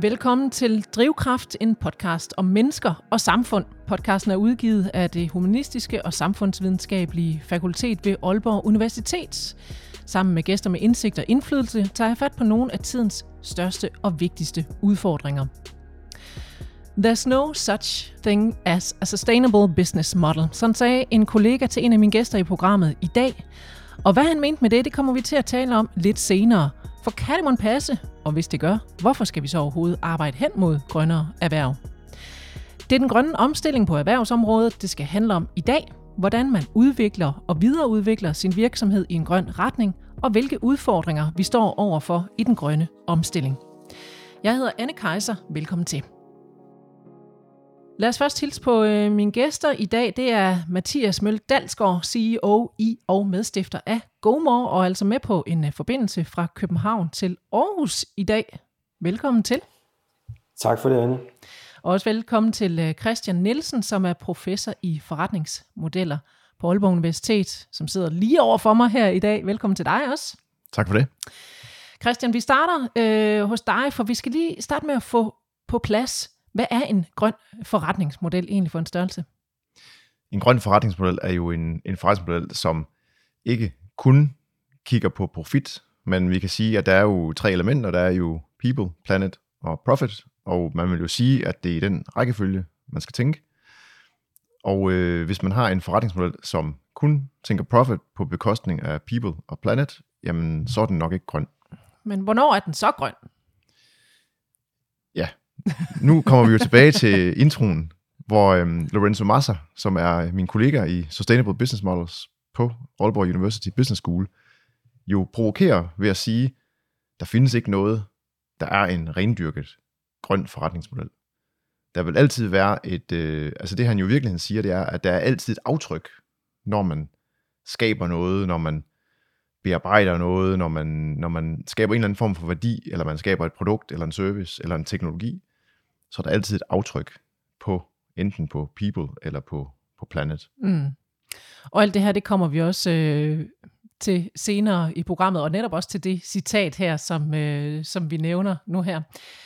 Velkommen til Drivkraft, en podcast om mennesker og samfund. Podcasten er udgivet af det humanistiske og samfundsvidenskabelige fakultet ved Aalborg Universitet. Sammen med gæster med indsigt og indflydelse tager jeg fat på nogle af tidens største og vigtigste udfordringer. There's no such thing as a sustainable business model. Sådan sagde en kollega til en af mine gæster i programmet i dag. Og hvad han mente med det kommer vi til at tale om lidt senere. For kan det mon passe? Og hvis det gør, hvorfor skal vi så overhovedet arbejde hen mod grønnere erhverv? Det er den grønne omstilling på erhvervsområdet, det skal handle om i dag. Hvordan man udvikler og videreudvikler sin virksomhed i en grøn retning, og hvilke udfordringer vi står overfor i den grønne omstilling. Jeg hedder Anne Kejser. Velkommen til. Lad os først hilse på mine gæster i dag. Det er Mathias Møll Dalsgaard, CEO i og medstifter af GoMore, og altså med på en forbindelse fra København til Aarhus i dag. Velkommen til. Tak for det, Anne. Og også velkommen til Christian Nielsen, som er professor i forretningsmodeller på Aalborg Universitet, som sidder lige over for mig her i dag. Velkommen til dig også. Tak for det. Christian, vi starter hos dig, for vi skal lige starte med at få på plads, hvad er en grøn forretningsmodel egentlig for en størrelse? En grøn forretningsmodel er jo en forretningsmodel, som ikke kun kigger på profit, men vi kan sige, at der er jo 3 elementer. Der er jo people, planet og profit, og man vil jo sige, at det er i den rækkefølge, man skal tænke. Og hvis man har en forretningsmodel, som kun tænker profit på bekostning af people og planet, jamen så er den nok ikke grøn. Men hvornår er den så grøn? Ja, nu kommer vi jo tilbage til introen, hvor Lorenzo Massa, som er min kollega i Sustainable Business Models på Aalborg University Business School, jo provokerer ved at sige, der findes ikke noget, der er en rendyrket grøn forretningsmodel. Der vil altid være altså det han jo i virkeligheden siger, det er, at der er altid et aftryk, når man skaber noget, når man bearbejder noget, når man skaber en eller anden form for værdi, eller man skaber et produkt, eller en service, eller en teknologi, så er der altid et aftryk på enten på people eller på planet. Mm. Og alt det her, det kommer vi også til senere i programmet, og netop også til det citat her, som vi nævner nu her.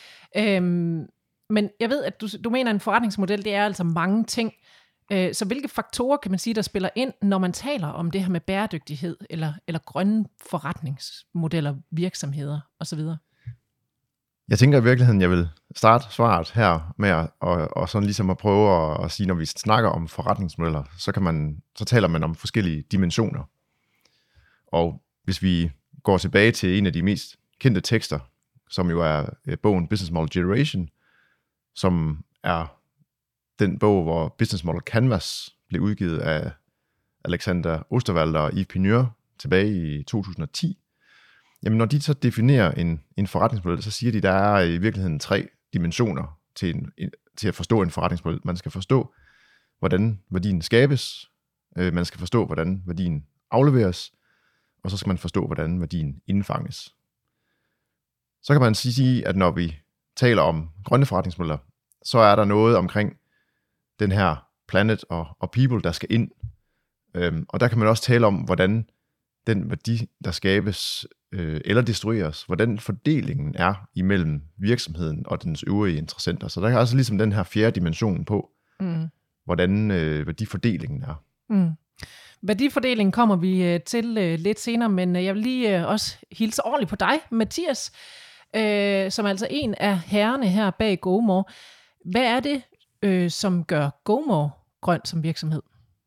Men jeg ved, at du mener, at en forretningsmodel, det er altså mange ting. Så hvilke faktorer kan man sige, der spiller ind, når man taler om det her med bæredygtighed, eller grønne forretningsmodeller, virksomheder osv.? Jeg tænker i virkeligheden, jeg vil starte svaret her med og sådan ligesom at prøve at sige, når vi snakker om forretningsmodeller, så taler man om forskellige dimensioner. Og hvis vi går tilbage til en af de mest kendte tekster, som jo er bogen Business Model Generation, som er den bog, hvor Business Model Canvas blev udgivet af Alexander Osterwalder og Yves Pinure tilbage i 2010. Jamen når de så definerer en forretningsmodel, så siger de, at der er i virkeligheden 3 dimensioner til at forstå en forretningsmodel. Man skal forstå, hvordan værdien skabes, man skal forstå, hvordan værdien afleveres, og så skal man forstå, hvordan værdien indfanges. Så kan man sige, at når vi taler om grønne forretningsmodeller, så er der noget omkring den her planet og people, der skal ind. Og der kan man også tale om, hvordan den værdi, der skabes eller destrueres, hvordan fordelingen er imellem virksomheden og dens øvrige interessenter. Så der er også ligesom den her 4. dimension på, hvordan værdifordelingen er. Mm. Værdifordelingen kommer vi til lidt senere, men jeg vil lige også hilse ordentligt på dig, Mathias, som er altså en af herrerne her bag GoMore. Hvad er det, som gør GoMore grøn som virksomhed?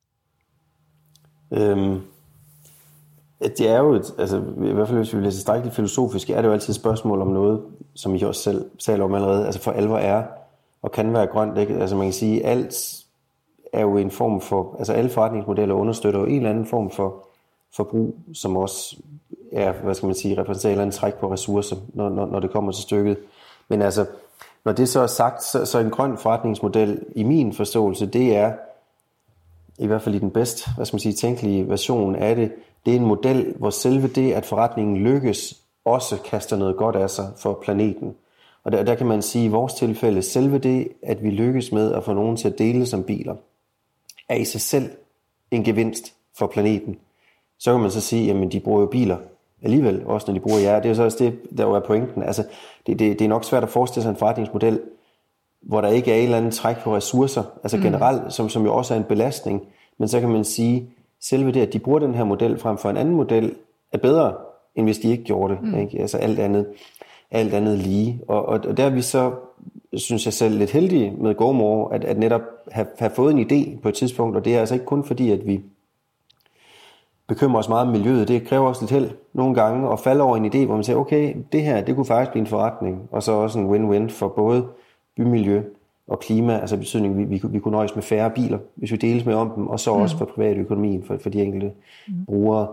Det er jo i hvert fald hvis vi bliver tilstrækkeligt filosofiske, er det jo altid et spørgsmål om noget, som I også selv taler om allerede, altså for alvor er og kan være grønt, ikke? Altså man kan sige, alt er jo en form for, altså alle forretningsmodeller understøtter jo en eller anden form for forbrug, som også er, hvad skal man sige, repræsenterer en træk på ressourcer, når det kommer til stykket. Men altså, når det så er sagt, så en grøn forretningsmodel i min forståelse, det er i hvert fald i den bedst, hvad skal man sige, tænkelige version af det, det er en model, hvor selve det, at forretningen lykkes, også kaster noget godt af sig for planeten. Og der kan man sige, i vores tilfælde, selve det, at vi lykkes med at få nogen til at dele som biler, er i sig selv en gevinst for planeten. Så kan man så sige, jamen de bruger jo biler alligevel, også når de bruger jer. Det er jo så også det, der jo er pointen. Altså, det er nok svært at forestille sig en forretningsmodel, hvor der ikke er en eller anden træk på ressourcer, altså generelt, som jo også er en belastning. Men så kan man sige, selve det, at de bruger den her model frem for en anden model, er bedre, end hvis de ikke gjorde det. Ikke? Altså alt andet lige. Og der er vi så, synes jeg selv, lidt heldige med GoMore, at netop have fået en idé på et tidspunkt, og det er altså ikke kun fordi, at vi bekymrer os meget om miljøet. Det kræver også lidt held nogle gange at falde over en idé, hvor man siger, okay, det her, det kunne faktisk blive en forretning, og så også en win-win for både bymiljø og klima, altså betydning, vi kunne nøjes med færre biler, hvis vi deles med om dem, og så også for privatøkonomien, for de enkelte brugere.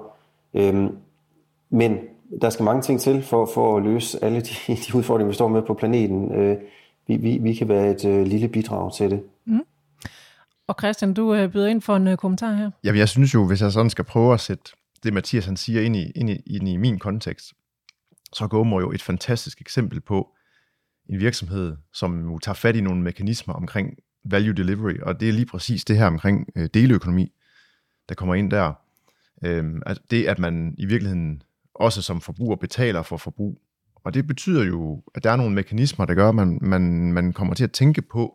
Men der skal mange ting til for at løse alle de udfordringer, vi står med på planeten. Vi kan være et lille bidrag til det. Og Christian, du byder ind for en kommentar her. Jamen, jeg synes jo, hvis jeg sådan skal prøve at sætte det, Mathias han siger, ind i min kontekst, så er GoMore jo et fantastisk eksempel på en virksomhed, som jo tager fat i nogle mekanismer omkring value delivery, og det er lige præcis det her omkring deleøkonomi, der kommer ind der. Det, at man i virkeligheden også som forbruger betaler for forbrug. Og det betyder jo, at der er nogle mekanismer, der gør, at man kommer til at tænke på,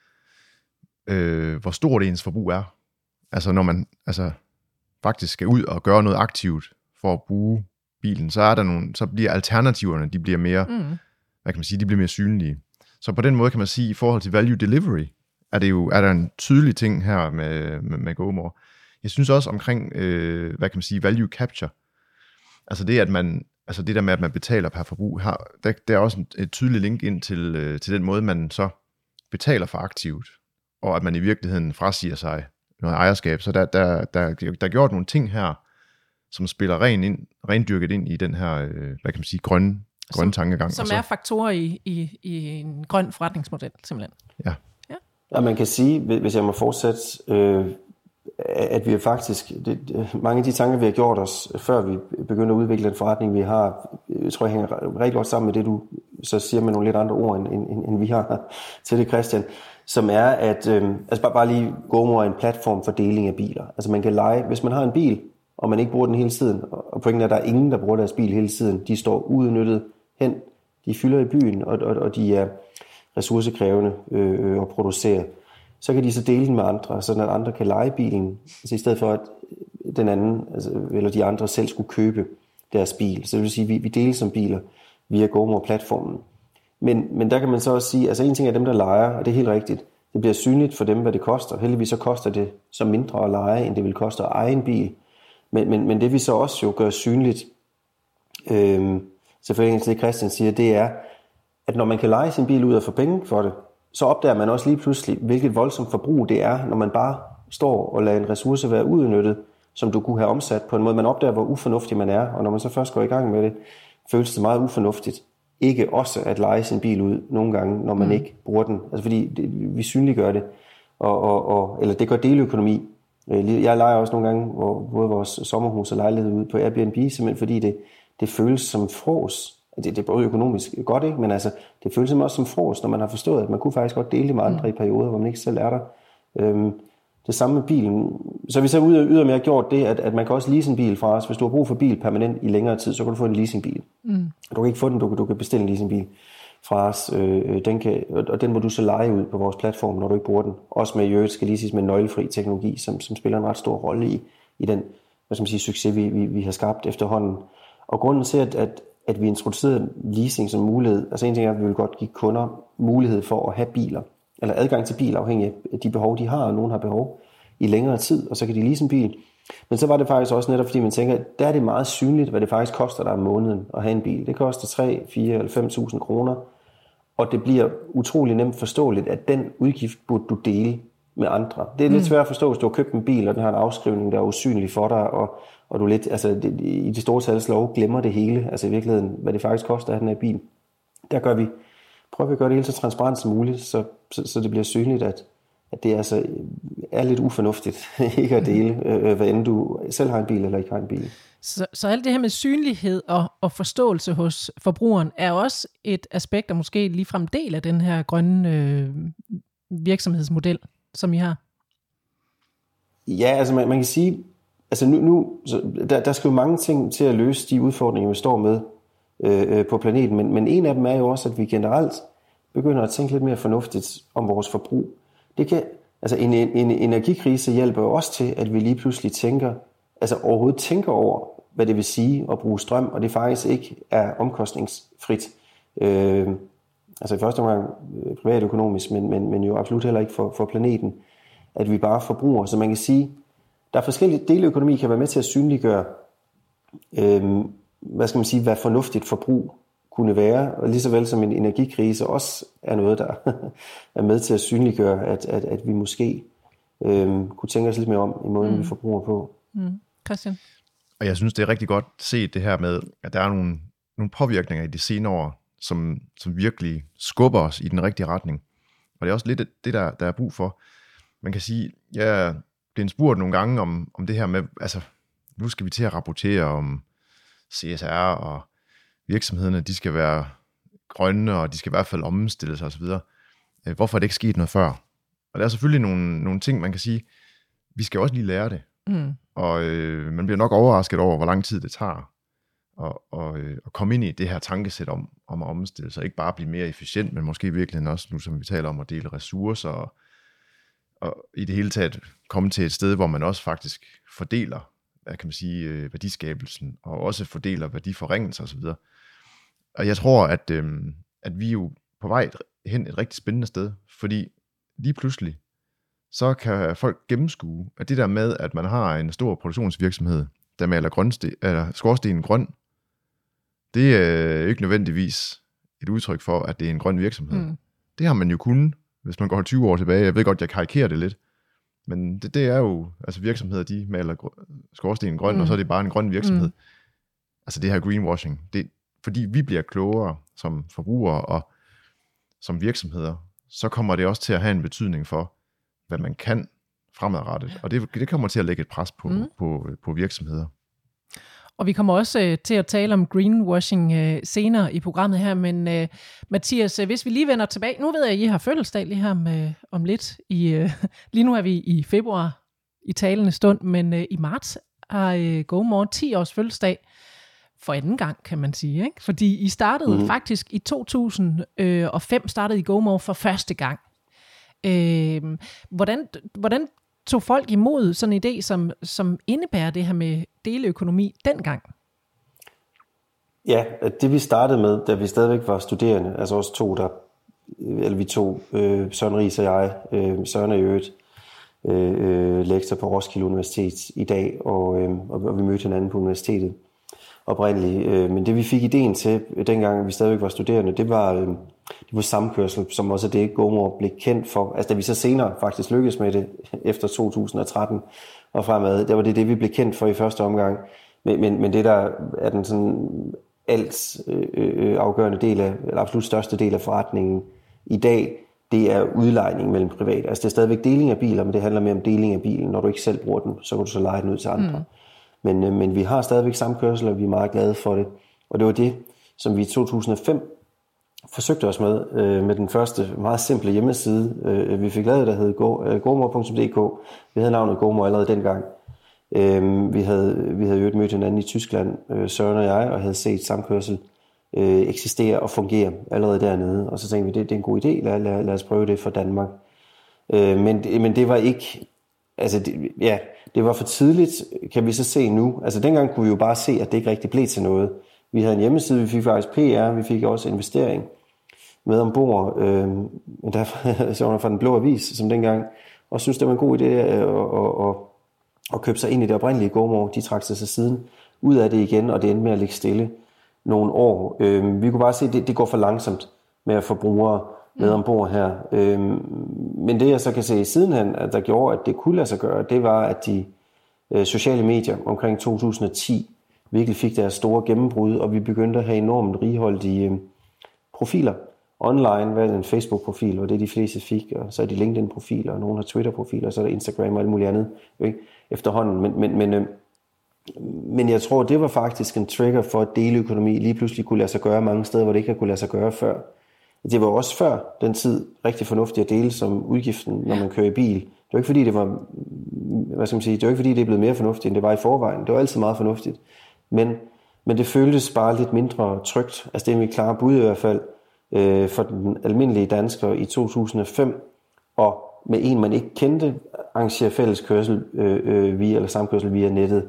hvor stort ens forbrug er. Altså når man faktisk skal ud og gøre noget aktivt for at bruge bilen, så bliver alternativerne, de bliver mere, hvad kan man sige, de bliver mere synlige. Så på den måde kan man sige, i forhold til value delivery, er der en tydelig ting her med GoMore. Jeg synes også omkring, hvad kan man sige, value capture, altså det, det der med, at man betaler per forbrug, der er også et tydeligt link ind til den måde, man så betaler for aktivt, og at man i virkeligheden frasiger sig noget ejerskab. Så der er gjort nogle ting her, som spiller rendyrket ind i den her, hvad kan man sige, grønne tankegang. Som er faktorer i en grøn forretningsmodel, simpelthen. Ja. Ja, man kan sige, hvis jeg må fortsætte, at vi faktisk, mange af de tanker, vi har gjort os, før vi begyndte at udvikle den forretning, vi har, jeg tror, jeg hænger rigtig godt sammen med det, du så siger med nogle lidt andre ord, end vi har til det, Christian, som er, at bare lige GoMore er en platform for deling af biler. Altså man kan leje, hvis man har en bil, og man ikke bruger den hele tiden, og pointen er, at der er ingen, der bruger deres bil hele tiden, de står uudnyttet hen, de fylder i byen, og de er ressourcekrævende at producere. Så kan de så dele den med andre, så at andre kan leje bilen, altså i stedet for at den anden, eller de andre selv skulle købe deres bil. Så det vil sige, at vi deler som biler via GoMore-platformen. Men der kan man så også sige, altså en ting er dem, der lejer, og det er helt rigtigt, det bliver synligt for dem, hvad det koster. Heldigvis så koster det så mindre at leje, end det vil koste at eje en bil. Men det vi så også jo gør synligt, selvfølgelig det Christian siger, det er, at når man kan leje sin bil ud og få penge for det, så opdager man også lige pludselig, hvilket voldsomt forbrug det er, når man bare står og lader en ressource være udnyttet, som du kunne have omsat på en måde. Man opdager, hvor ufornuftig man er, og når man så først går i gang med det, føles det meget ufornuftigt. Ikke også at leje sin bil ud nogle gange, når man ikke bruger den. Altså fordi vi synliggør det, eller det gør deleøkonomi. Jeg lejer også nogle gange både vores sommerhus og lejlighed ud på Airbnb, simpelthen fordi det føles som frås. Det er både økonomisk godt, ikke? Men altså, det føles også som frås, når man har forstået, at man kunne faktisk godt dele det med andre i perioder, hvor man ikke selv er der. Det samme med bilen. Så vi så ydermere gjort det, at man kan også lease en bil fra os. Hvis du har brug for bil permanent i længere tid, så kan du få en leasingbil. Du kan ikke få den, du kan bestille en leasingbil fra os. Den må du så leje ud på vores platform, når du ikke bruger den. Også med, i skal lige sige, med nøglefri teknologi, som spiller en ret stor rolle i den, hvad skal man sige, succes, vi har skabt efterhånden. Og grunden til, at vi introducerede leasing som mulighed, altså en ting er, at vi vil godt give kunder mulighed for at have biler, eller adgang til bil, afhængig af de behov, de har, og nogen har behov i længere tid, og så kan de lease en bil. Men så var det faktisk også netop, fordi man tænker, at der er det meget synligt, hvad det faktisk koster dig om måneden at have en bil. Det koster 3, 4 eller 5.000 kroner, og det bliver utrolig nemt forståeligt, at den udgift burde du dele med andre. Det er lidt svært at forstå, hvis du har købt en bil, og den har en afskrivning, der er usynlig for dig, og du lidt, altså i det store tals lov glemmer det hele, altså i virkeligheden, hvad det faktisk koster at have den her bil. Der prøver vi at gøre det hele så transparent som muligt, så det bliver synligt, at det altså er lidt ufornuftigt ikke at dele, hvad end du selv har en bil eller ikke har en bil. Så alt det her med synlighed og forståelse hos forbrugeren er også et aspekt, og måske ligefrem del af den her grønne virksomhedsmodel, som I har? Ja, altså man kan sige, altså der skal jo mange ting til at løse de udfordringer, vi står med på planeten, men en af dem er jo også, at vi generelt begynder at tænke lidt mere fornuftigt om vores forbrug. Det kan, altså en energikrise hjælper jo også til, at vi lige pludselig overhovedet tænker over, hvad det vil sige at bruge strøm, og det faktisk ikke er omkostningsfrit. Altså i første omgang privatøkonomisk, men jo absolut heller ikke for planeten, at vi bare forbruger. Så man kan sige, der er forskellige deleøkonomi, kan være med til at synliggøre, hvad fornuftigt forbrug kunne være, og lige så vel som en energikrise også er noget, der er med til at synliggøre, at vi måske kunne tænke os lidt mere om i måden, vi forbruger på. Christian? Og jeg synes, det er rigtig godt set det her med, at der er nogle påvirkninger i de senere år, som virkelig skubber os i den rigtige retning. Og det er også lidt det, der er brug for. Man kan sige, jeg er blevet spurgt nogle gange om det her med, altså nu skal vi til at rapportere om CSR, og virksomhederne, de skal være grønne, og de skal i hvert fald omstille sig osv. Hvorfor er det ikke sket noget før? Og der er selvfølgelig nogle ting, man kan sige, vi skal også lige lære det. Og man bliver nok overrasket over, hvor lang tid det tager at komme ind i det her tankesæt om at omstille sig. Ikke bare blive mere efficient, men måske virkelig også, nu som vi taler om, at dele ressourcer, og i det hele taget komme til et sted, hvor man også faktisk fordeler, hvad kan man sige, værdiskabelsen, og også fordeler værdiforringelser osv. Og jeg tror, at vi er jo på vej hen et rigtig spændende sted, fordi lige pludselig, så kan folk gennemskue, at det der med, at man har en stor produktionsvirksomhed, der maler skorstenen grøn, det er ikke nødvendigvis et udtryk for, at det er en grøn virksomhed. Det har man jo kunnet, hvis man går 20 år tilbage. Jeg ved godt, jeg karikerer det lidt. Men det er jo, altså virksomheder, de maler skorstenen grøn, og så er det bare en grøn virksomhed. Altså det her greenwashing. Fordi vi bliver klogere som forbrugere og som virksomheder, så kommer det også til at have en betydning for, hvad man kan fremadrettet. Og det kommer til at lægge et pres på virksomheder. Og vi kommer også til at tale om greenwashing senere i programmet her, men Mathias, hvis vi lige vender tilbage, nu ved jeg, at I har fødselsdag lige her om lidt. Lige nu er vi i februar i talende stund, men i marts har GoMore 10 års fødselsdag for anden gang, kan man sige. Ikke? Fordi I startede faktisk i 2005, startede I GoMore for første gang. Hvordan tog folk imod sådan en idé, som indebærer det her med deleøkonomi dengang? Ja, det vi startede med, da vi stadigvæk var studerende, altså os to, Søren Riis og jeg, Søren er i øvrigt lektor på Roskilde Universitet i dag, og vi mødte hinanden på universitetet oprindeligt. Men det vi fik ideen til, dengang vi stadigvæk var studerende, det var samkørsel, som også det GoMore blev kendt for. Altså da vi så senere faktisk lykkedes med det efter 2013 og fremad, der var det vi blev kendt for i første omgang. Men det der er den sådan alt afgørende del af, eller absolut største del af forretningen i dag, det er udlejning mellem private. Altså det er stadigvæk deling af biler, men det handler mere om deling af bilen. Når du ikke selv bruger den, så kan du så leje den ud til andre. Men vi har stadigvæk samkørsel, og vi er meget glade for det. Og det var det, som vi i 2005 forsøgte os med den første meget simple hjemmeside, vi fik lavet, der hed gomore.dk. Vi havde navnet GoMore allerede dengang. Vi havde jo mødt hinanden i Tyskland, Søren og jeg, og havde set samkørsel eksistere og fungere allerede dernede. Og så tænkte vi, det er en god idé, lad os prøve det for Danmark. Men det var ikke, altså det var for tidligt, kan vi så se nu. Altså dengang kunne vi jo bare se, at det ikke rigtig blev til noget. Vi havde en hjemmeside, vi fik faktisk PR, vi fik også investering med ombord, derfor fra Den Blå Avis, som dengang, og synes det var en god idé at købe sig ind i det oprindelige GoMore. De trak sig siden ud af det igen, og det endte med at ligge stille nogle år. Vi kunne bare se, at det går for langsomt med at få brugere med ombord her. Men det jeg så kan se sidenhen, at der gjorde, at det kunne lade sig gøre, det var, at de sociale medier omkring 2010 virkelig fik deres store gennembrud, og vi begyndte at have enormt righoldige profiler online. Hvad er en Facebook-profil, og det de fleste fik, og så er de LinkedIn-profiler, og nogle har Twitter-profiler, og så er der Instagram og alt muligt andet ikke? Efterhånden. Men jeg tror, det var faktisk en trigger for, at deleøkonomi lige pludselig kunne lade sig gøre mange steder, hvor det ikke kunne lade sig gøre før. Det var også før den tid rigtig fornuftigt at dele som udgiften, når man kører i bil. Det var ikke fordi, det var hvad skal man sige, det er jo ikke fordi, det er blevet mere fornuftigt, end det var i forvejen. Det var altid meget fornuftigt. Men det føltes bare lidt mindre trygt. Altså det er mit klare bud i hvert fald for den almindelige dansker i 2005, og med en, man ikke kendte, arrangere fælles kørsel via, eller samkørsel via nettet.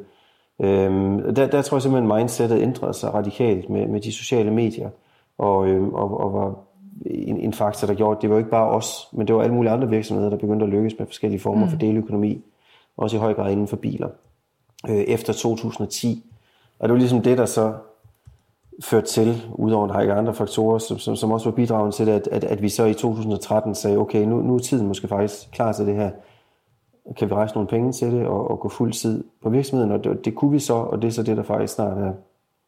Der tror jeg simpelthen, mindsetet ændrede sig radikalt med de sociale medier, og var en faktor, der gjorde, det var ikke bare os, men det var alle mulige andre virksomheder, der begyndte at lykkes med forskellige former for deleøkonomi, også i høj grad inden for biler, efter 2010. Og det var ligesom det, der så førte til, udover en række andre faktorer, som også var bidragende til det, at vi så i 2013 sagde, okay, nu er tiden måske faktisk klar til det her. Kan vi rejse nogle penge til det, og gå fuld tid på virksomheden? Og det kunne vi så, og det er så det, der faktisk snart er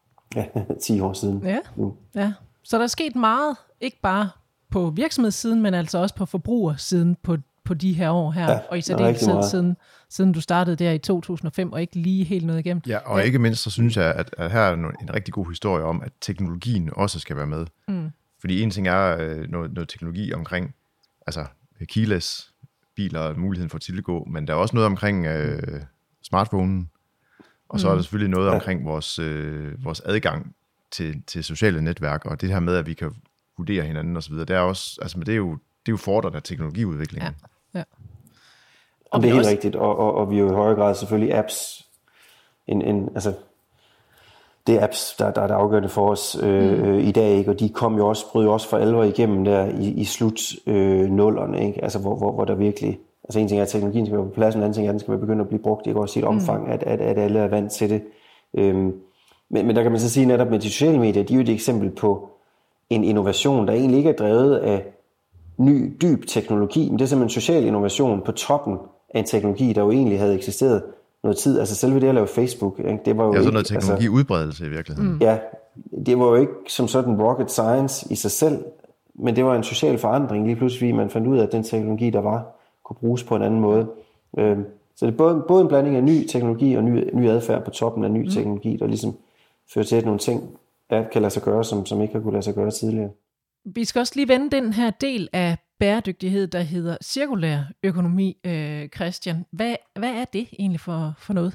10 år siden. Ja. Så der er sket meget, ikke bare på virksomhedssiden, men altså også på forbrugersiden på de her år her, og i særdeleshed siden du startede der i 2005, og ikke lige helt noget igennem. Ja, og ikke mindst, så synes jeg, at her er en rigtig god historie om, at teknologien også skal være med. Fordi en ting er noget teknologi omkring, altså keyless biler og muligheden for at tilgå, men der er også noget omkring smartphonen, og så er der selvfølgelig noget omkring vores adgang til sociale netværk, og det her med, at vi kan vurdere hinanden og så videre. Det er også, altså, men det er jo fordret af teknologiudviklingen. Ja. Og det er helt rigtigt, og vi er jo i højere grad selvfølgelig apps. Altså, det er apps, der er det afgørende for os i dag, ikke? Og de brød jo også for alvor igennem der i slut nullerne, ikke? Altså hvor der virkelig, altså en ting er, at teknologien skal være på plads, en anden ting er, at den skal være begyndt at blive brugt, ikke? Også i et omfang, at alle er vant til det. Men der kan man så sige netop med de sociale medier, de er jo et eksempel på en innovation, der egentlig ikke er drevet af ny, dyb teknologi, men det er simpelthen social innovation på toppen af en teknologi, der jo egentlig havde eksisteret noget tid. Altså selve det at lave Facebook, ikke? Det var jo sådan noget teknologiudbredelse i virkeligheden. Ja, det var jo ikke som sådan rocket science i sig selv, men det var en social forandring lige pludselig, fordi man fandt ud af, at den teknologi, der var, kunne bruges på en anden måde. Så det er både en blanding af ny teknologi og ny adfærd på toppen af ny teknologi, der ligesom fører til, at nogle ting kan lade sig gøre, som ikke har kunne lade sig gøre tidligere. Vi skal også lige vende den her del af bæredygtighed, der hedder cirkulær økonomi, Christian. Hvad er det egentlig for noget?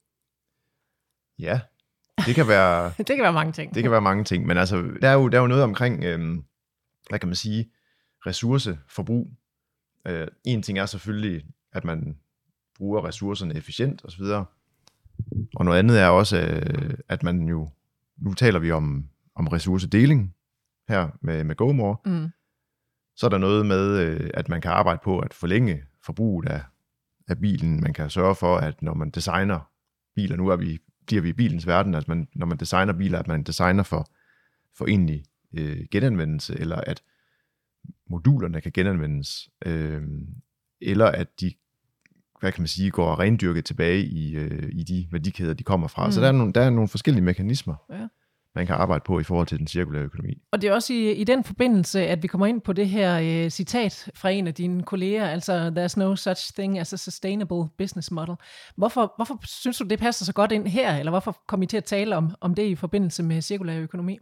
Ja, det kan være... det kan være mange ting. Det kan være mange ting, men altså, der er jo noget omkring, hvad kan man sige, ressourceforbrug. En ting er selvfølgelig, at man bruger ressourcerne efficient osv., og noget andet er også, at man jo, nu taler vi om ressourcedeling her med GoMore, så er der noget med, at man kan arbejde på at forlænge forbruget af bilen. Man kan sørge for, at når man designer biler, nu bliver vi i bilens verden, at når man designer biler, at man designer for egentlig genanvendelse, eller at modulerne kan genanvendes, eller at de, hvad kan man sige, går rendyrket tilbage i de værdikæder, de kommer fra. Så der er nogle forskellige mekanismer, man kan arbejde på i forhold til den cirkulære økonomi. Og det er også i den forbindelse, at vi kommer ind på det her citat fra en af dine kolleger, altså there's no such thing as a sustainable business model. Hvorfor synes du, det passer så godt ind her, eller hvorfor kom I til at tale om det i forbindelse med cirkulær økonomi?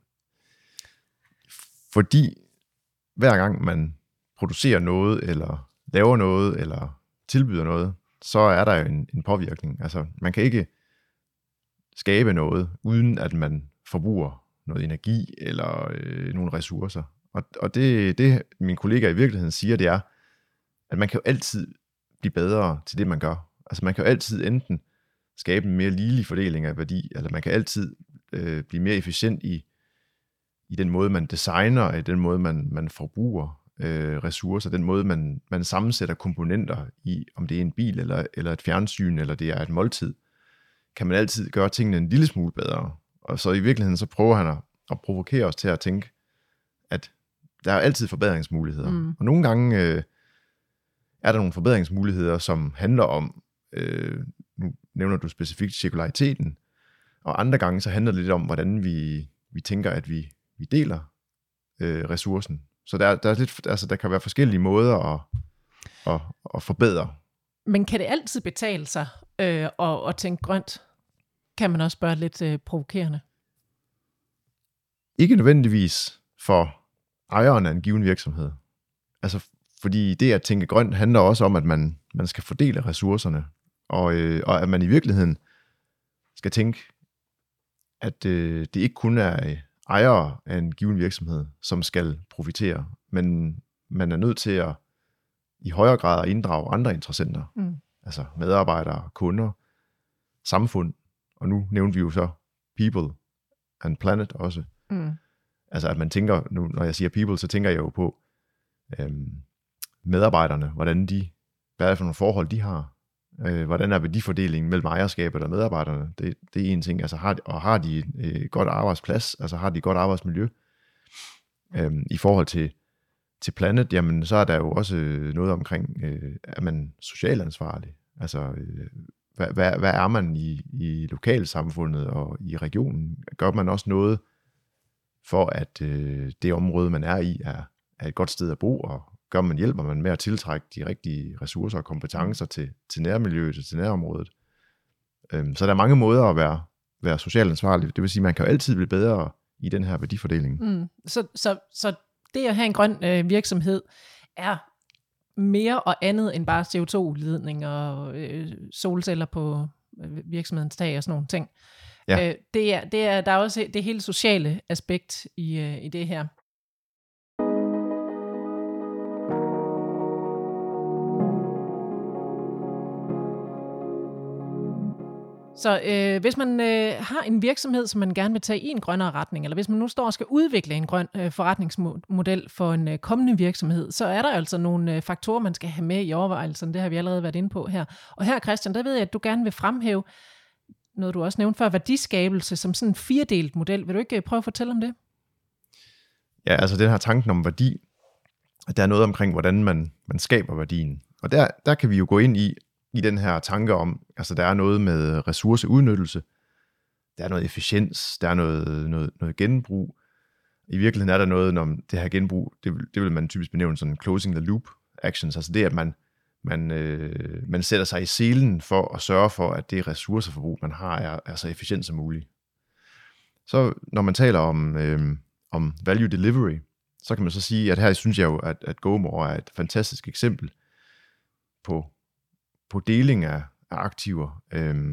Fordi hver gang man producerer noget, eller laver noget, eller tilbyder noget, så er der jo en påvirkning. Altså, man kan ikke skabe noget, uden at man forbruger noget energi eller nogle ressourcer. Og det min kollega i virkeligheden siger, det er, at man kan jo altid blive bedre til det, man gør. Altså man kan jo altid enten skabe en mere ligelig fordeling af værdi, eller man kan altid blive mere efficient i den måde, man designer, i den måde, man forbruger ressourcer, den måde, man sammensætter komponenter i, om det er en bil, eller et fjernsyn, eller det er et måltid, kan man altid gøre tingene en lille smule bedre. Og så i virkeligheden, så prøver han at provokere os til at tænke, at der er altid forbedringsmuligheder. Og nogle gange er der nogle forbedringsmuligheder, som handler om, nu nævner du specifikt cirkulariteten, og andre gange så handler det lidt om, hvordan vi tænker, at vi deler ressourcen. Så der er lidt, altså der kan være forskellige måder at forbedre. Men kan det altid betale sig at tænke grønt? Kan man også spørge lidt provokerende? Ikke nødvendigvis for ejeren af en given virksomhed. Altså, fordi det at tænke grønt handler også om, at man skal fordele ressourcerne. Og at man i virkeligheden skal tænke, at det ikke kun er ejere af en given virksomhed, som skal profitere, men man er nødt til at i højere grad at inddrage andre interessenter, altså medarbejdere, kunder, samfund, og nu nævnte vi jo så people and planet også. Altså at man tænker, nu når jeg siger people, så tænker jeg jo på medarbejderne, hvad er det for nogle forhold, de har, hvordan er værdifordelingen mellem ejerskabet og medarbejderne, det er en ting, altså har de et godt arbejdsplads, altså har de et godt arbejdsmiljø, i forhold til planet, jamen så er der jo også noget omkring, er man socialt ansvarlig, altså hvad er man i lokalsamfundet og i regionen, gør man også noget for at det område man er i er et godt sted at bo, og hjælper man med at tiltrække de rigtige ressourcer og kompetencer til nærmiljøet og til nærområdet. Så der er mange måder at være socialt ansvarlig. Det vil sige, at man kan jo altid blive bedre i den her værdifordeling. Så det at have en grøn virksomhed er mere og andet end bare CO2-udledning og solceller på virksomhedens tag og sådan nogle ting. Ja. Der er også det hele sociale aspekt i det her. Så hvis man har en virksomhed, som man gerne vil tage i en grønnere retning, eller hvis man nu står og skal udvikle en grøn forretningsmodel for en kommende virksomhed, så er der altså nogle faktorer, man skal have med i overvejelsen. Det har vi allerede været inde på her. Og her, Christian, der ved jeg, at du gerne vil fremhæve noget, du også nævnte før, værdiskabelse som sådan en 4-delt model. Vil du ikke prøve at fortælle om det? Ja, altså den her tanken om værdi, at der er noget omkring, hvordan man skaber værdien. Og der kan vi jo gå ind i den her tanke om, altså der er noget med ressourceudnyttelse, der er noget efficiens, der er noget genbrug. I virkeligheden er der noget om det her genbrug, det vil man typisk benævne sådan closing the loop actions, altså det, at man sætter sig i selen for at sørge for, at det ressourceforbrug, man har, er så efficient som muligt. Så når man taler om value delivery, så kan man så sige, at her synes jeg jo, at GoMore er et fantastisk eksempel på deling af aktiver,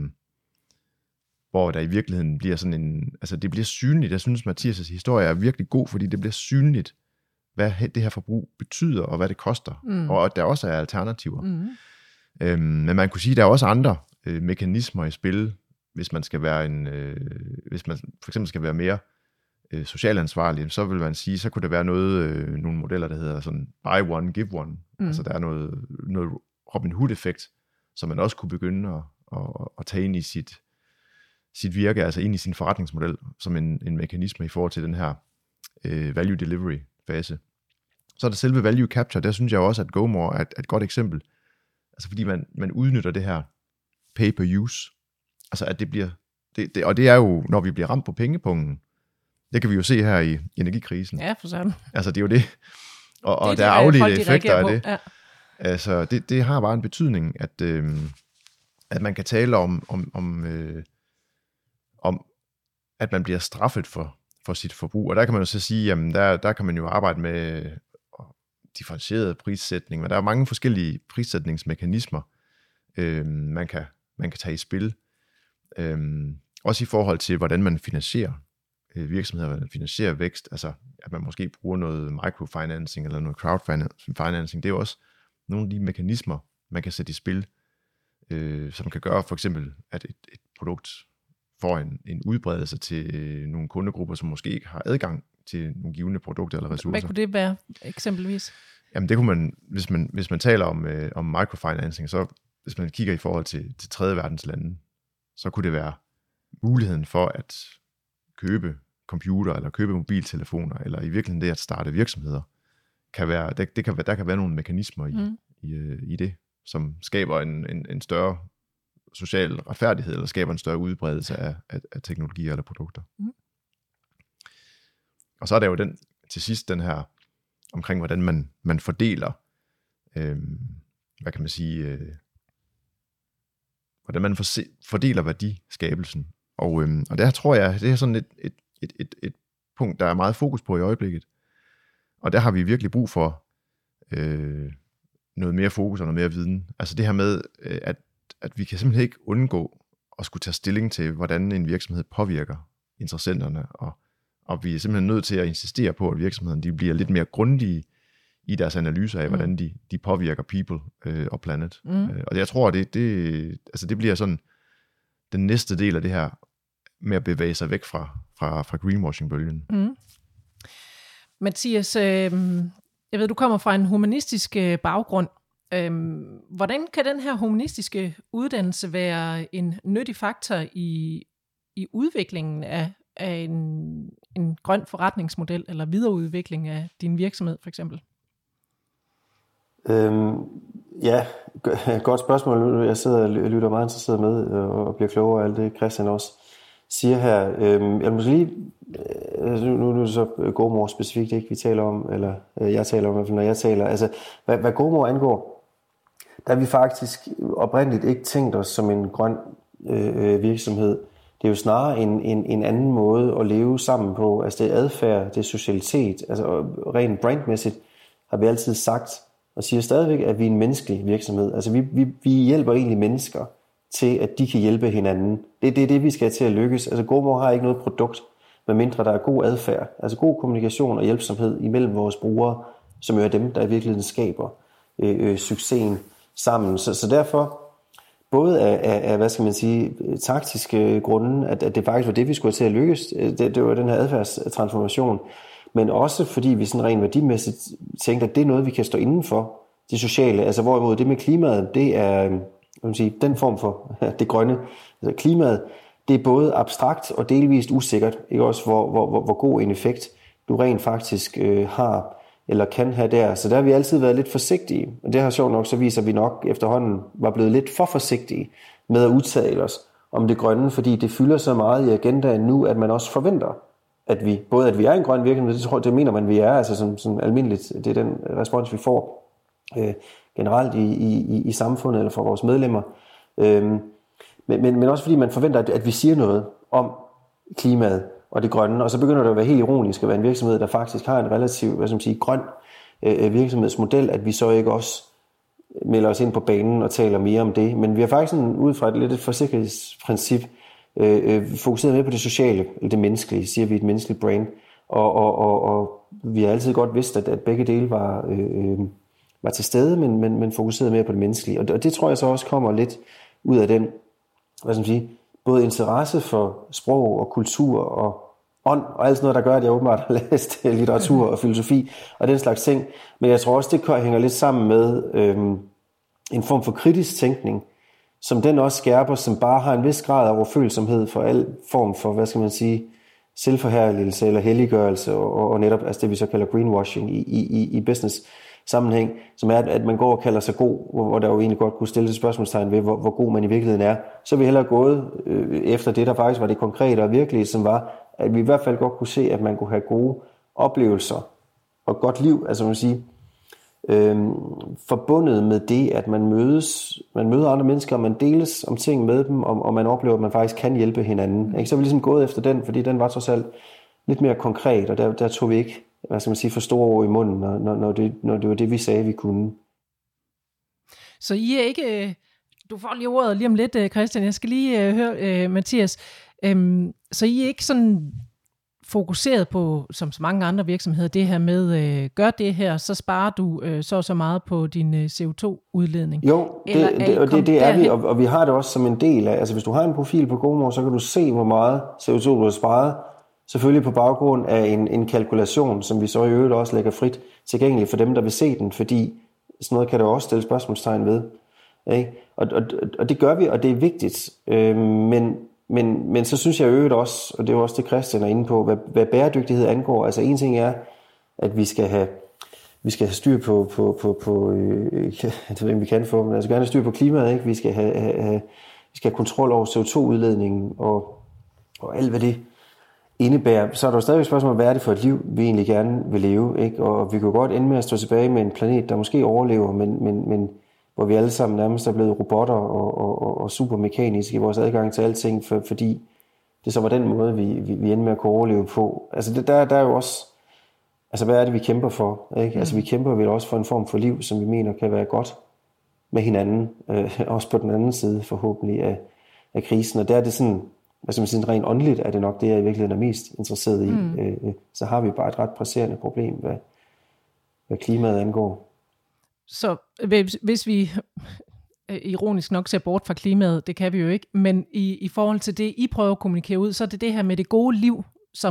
hvor der i virkeligheden bliver sådan altså det bliver synligt. Jeg synes, Mathias' historie er virkelig god, fordi det bliver synligt, hvad det her forbrug betyder, og hvad det koster, og at der også er alternativer. Men man kunne sige, at der er også andre mekanismer i spil, hvis man skal være hvis man for eksempel skal være mere socialt ansvarlig, så vil man sige, så kunne der være nogle modeller, der hedder sådan buy one, give one. Altså der er noget Robin Hood-effekt, som man også kunne begynde at tage ind i sit virke, altså ind i sin forretningsmodel, som en mekanisme i forhold til den her value delivery fase. Så er der selve value capture, der synes jeg også, at GoMore er et godt eksempel. Altså fordi man udnytter det her pay per use. Altså at det bliver, og det er jo, når vi bliver ramt på pengepungen, det kan vi jo se her i energikrisen. Ja, for sådan. Altså det er jo det. Og der er afledte effekter af det. Ja. Altså det har bare en betydning, at man kan tale om at man bliver straffet for sit forbrug. Og der kan man jo så sige, jamen der kan man jo arbejde med differentieret prissætning, men der er mange forskellige prissætningsmekanismer, man kan tage i spil. Også i forhold til, hvordan man finansierer virksomheder, hvordan man finansierer vækst, altså at man måske bruger noget microfinancing eller noget crowdfinancing, det er jo også nogle af de mekanismer, man kan sætte i spil, som kan gøre for eksempel, at et produkt får en udbredelse til nogle kundegrupper, som måske ikke har adgang til nogle givne produkter eller ressourcer. Hvad kunne det være eksempelvis? Jamen det kunne man, hvis man taler om microfinancing, så hvis man kigger i forhold til tredje verdens lande, så kunne det være muligheden for at købe computer eller købe mobiltelefoner, eller i virkeligheden det at starte virksomheder, der kan være nogle mekanismer i det, som skaber en større social retfærdighed, eller skaber en større udbredelse af teknologier eller produkter. Og så er der jo til sidst den her omkring, hvordan man fordeler, hvad kan man sige, hvordan man fordeler værdiskabelsen. Og der tror jeg, det er sådan et punkt, der er meget fokus på i øjeblikket. Og der har vi virkelig brug for noget mere fokus og noget mere viden. Altså det her med, at vi kan simpelthen ikke undgå at skulle tage stilling til, hvordan en virksomhed påvirker interessenterne, og vi er simpelthen nødt til at insistere på, at virksomheden de bliver lidt mere grundige i deres analyser af, hvordan de påvirker people og planet. Og jeg tror, det bliver sådan den næste del af det her med at bevæge sig væk fra greenwashing-bølgen. Mathias, jeg ved, du kommer fra en humanistisk baggrund. Hvordan kan den her humanistiske uddannelse være en nyttig faktor i udviklingen af en grøn forretningsmodel, eller videreudvikling af din virksomhed, for eksempel? Ja, godt spørgsmål. Jeg sidder og lytter meget interesseret med, og bliver klogere af alt det, Christian også siger her. Jeg måske lige, nu er det så GoMore specifikt, ikke vi taler om, eller jeg taler om, når jeg taler. Altså, hvad GoMore angår, der har vi faktisk oprindeligt ikke tænkt os som en grøn virksomhed. Det er jo snarere en anden måde at leve sammen på. Altså det er adfærd, det er socialitet. Altså rent brandmæssigt har vi altid sagt, og siger stadigvæk, at vi er en menneskelig virksomhed. Altså vi hjælper egentlig mennesker til, at de kan hjælpe hinanden. Det er det, vi skal have til at lykkes. Altså GoMore har ikke noget produkt, medmindre der er god adfærd. Altså god kommunikation og hjælpsomhed imellem vores brugere, som jo er dem, der i virkeligheden skaber succesen sammen. Så derfor, både af hvad skal man sige, taktiske grunde, at det faktisk var det, vi skulle have til at lykkes. Det var den her adfærdstransformation. Men også fordi vi sådan rent værdimæssigt tænkte, at det er noget, vi kan stå inden for, det sociale. Altså hvorimod det med klimaet, det er den form for det grønne. Altså klimaet, det er både abstrakt og delvist usikkert. Ikke også hvor god en effekt du rent faktisk har eller kan have der. Så der har vi altid været lidt forsigtige. Og det har sjovt nok, så viser vi nok efterhånden var blevet lidt for forsigtige med at udtale os om det grønne, fordi det fylder så meget i agendaen nu, at man også forventer, at vi er en grøn virksomhed, det mener man, vi er, altså som almindeligt, det er den respons, vi får generelt i samfundet eller fra vores medlemmer. Men også fordi man forventer, at vi siger noget om klimaet og det grønne, og så begynder det at være helt ironisk at være en virksomhed, der faktisk har en relativt grøn virksomhedsmodel, at vi så ikke også melder os ind på banen og taler mere om det. Men vi har faktisk sådan, ud fra et forsikringsprincip fokuseret mere på det sociale, eller det menneskelige, siger vi, et menneskeligt brand. Og vi har altid godt vidst, at begge dele var til stede, men fokuseret mere på det menneskelige. Og det tror jeg så også kommer lidt ud af den, både interesse for sprog og kultur og ånd, og alt sådan noget, der gør, at jeg åbenbart har læst litteratur og filosofi og den slags ting. Men jeg tror også, det hænger lidt sammen med en form for kritisk tænkning, som den også skærper, som bare har en vis grad af overfølsomhed for al form for, selvforherligelse eller helliggørelse, og netop altså det, vi så kalder greenwashing i business sammenhæng, som er, at man går og kalder sig god, hvor der jo egentlig godt kunne stille spørgsmålstegn ved, hvor god man i virkeligheden er. Så er vi hellere gået efter det, der faktisk var det konkrete og virkelige, som var, at vi i hvert fald godt kunne se, at man kunne have gode oplevelser og godt liv, altså man sige, forbundet med det, at man møder andre mennesker, og man deles om ting med dem, og man oplever, at man faktisk kan hjælpe hinanden. Ikke? Så er vi ligesom gået efter den, fordi den var trods alt lidt mere konkret, og der tog vi ikke, for store ord i munden, når det var det, vi sagde, vi kunne. Så I er ikke, du får lige ordet lige om lidt, Christian, jeg skal lige høre, Mathias, så I er ikke sådan fokuseret på, som så mange andre virksomheder, det her med, gør det her, så sparer du så meget på din CO2-udledning. Jo, det er vi, og vi har det også som en del af, altså hvis du har en profil på GoMore, så kan du se, hvor meget CO2 du har sparet, selvfølgelig på baggrund af en kalkulation, som vi så i øvrigt også lægger frit tilgængelig for dem, der vil se den, fordi sådan noget kan der også stille spørgsmålstegn ved. Ikke? Og det gør vi, og det er vigtigt, men så synes jeg i øvrigt også, og det er også det Christian er inde på, hvad bæredygtighed angår. Altså en ting er, at vi skal have styr på det ved vi kan få, men altså gerne have styr på klimaet, ikke? Vi skal have kontrol over CO2-udledningen og alt hvad det indebærer. Så er der jo stadig et spørgsmål, hvad er det for et liv, vi egentlig gerne vil leve, ikke? Og vi kan godt ende med at stå tilbage med en planet, der måske overlever, men hvor vi alle sammen nærmest er blevet robotter og supermekaniske i vores adgang til alting, fordi det så var den måde, vi endte med at kunne overleve på. Altså der er jo også, altså hvad er det, vi kæmper for? Ikke? Altså vi kæmper vel også for en form for liv, som vi mener kan være godt med hinanden, også på den anden side forhåbentlig af krisen. Og der er det sådan, sådan rent åndeligt, er det nok det, jeg i virkeligheden er mest interesseret i. Så har vi bare et ret presserende problem, hvad klimaet angår. Så hvis vi ironisk nok ser bort fra klimaet, det kan vi jo ikke, men i forhold til det, I prøver at kommunikere ud, så er det her med det gode liv,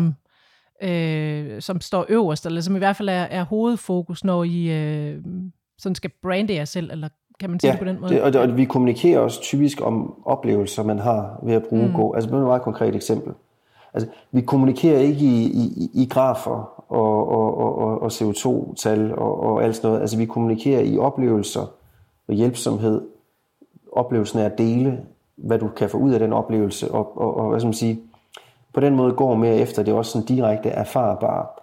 som står øverst, eller som i hvert fald er hovedfokus, når I sådan skal brande jer selv, eller kan man sige det på den måde? Og vi kommunikerer også typisk om oplevelser, man har ved at bruge Go. Altså, det er et meget konkret eksempel. Altså, vi kommunikerer ikke i grafer og CO2-tal og alt sådan noget. Altså, vi kommunikerer i oplevelser og hjælpsomhed. Oplevelsen er at dele, hvad du kan få ud af den oplevelse, og hvad skal man sige, på den måde går mere efter, det er også sådan direkte erfarbar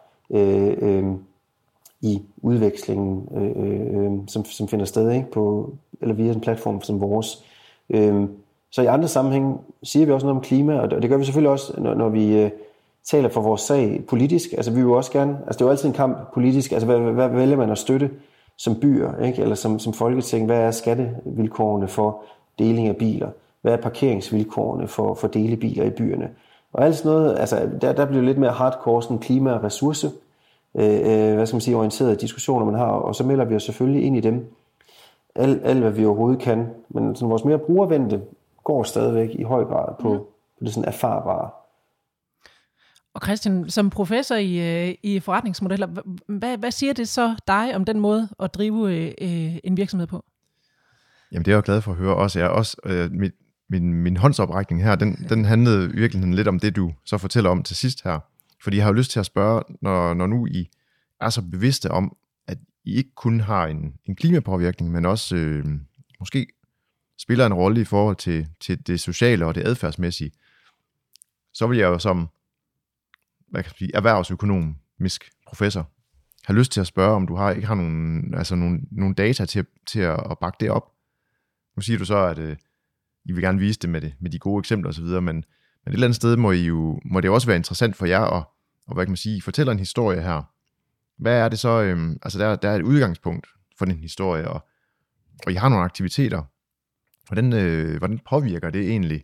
i udvekslingen, som finder sted, ikke, eller via en platform som vores. Så i andre sammenhæng siger vi også noget om klima, og det gør vi selvfølgelig også, når vi taler for vores sag politisk. Altså vi vil også gerne, altså det er jo altid en kamp politisk, altså hvad vælger man at støtte som byer, ikke? Eller som Folketing, hvad er skattevilkårene for deling af biler, hvad er parkeringsvilkårene for delebiler i byerne, og alt sådan noget, altså der bliver lidt mere hardcore sådan klima- og ressource, hvad skal man sige, orienterede diskussioner man har, og så melder vi os selvfølgelig ind i dem, alt hvad vi overhovedet kan, men sådan vores mere brugervendte går stadigvæk i høj grad på det sådan erfarbare. Og Christian, som professor i forretningsmodeller, hvad siger det så dig om den måde at drive en virksomhed på? Jamen det er jeg glad for at høre også. Jeg også min håndsoprækning her, den handlede i virkeligheden lidt om det, du så fortæller om til sidst her. Fordi jeg har jo lyst til at spørge, når nu I er så bevidste om, at I ikke kun har en klimapåvirkning, men også måske spiller en rolle i forhold til det sociale og det adfærdsmæssige, så vil jeg jo som erhvervsøkonomisk professor have lyst til at spørge, om du ikke har nogle data til at bakke det op. Nu siger du så, at I vil gerne vise det med de gode eksempler osv., men et eller andet sted må det også være interessant for jer at hvad kan man sige, fortælle en historie her. Hvad er det så, der er et udgangspunkt for den historie, og I har nogle aktiviteter. Hvordan påvirker det egentlig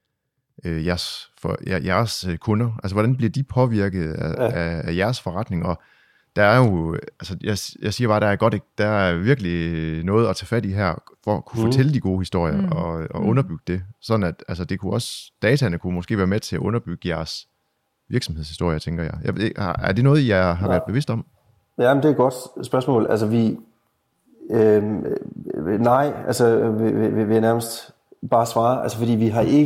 jeres kunder? Altså, hvordan bliver de påvirket af jeres forretning? Og der er jo, altså, jeg siger bare, der er virkelig noget at tage fat i her, for at kunne fortælle de gode historier og underbygge det. Sådan at, altså, dataene kunne måske være med til at underbygge jeres virksomhedshistorie, tænker jeg. Er det noget, I har været bevidst om? Jamen, det er et godt spørgsmål. Altså, nej, altså, vi nærmest bare svare, altså, fordi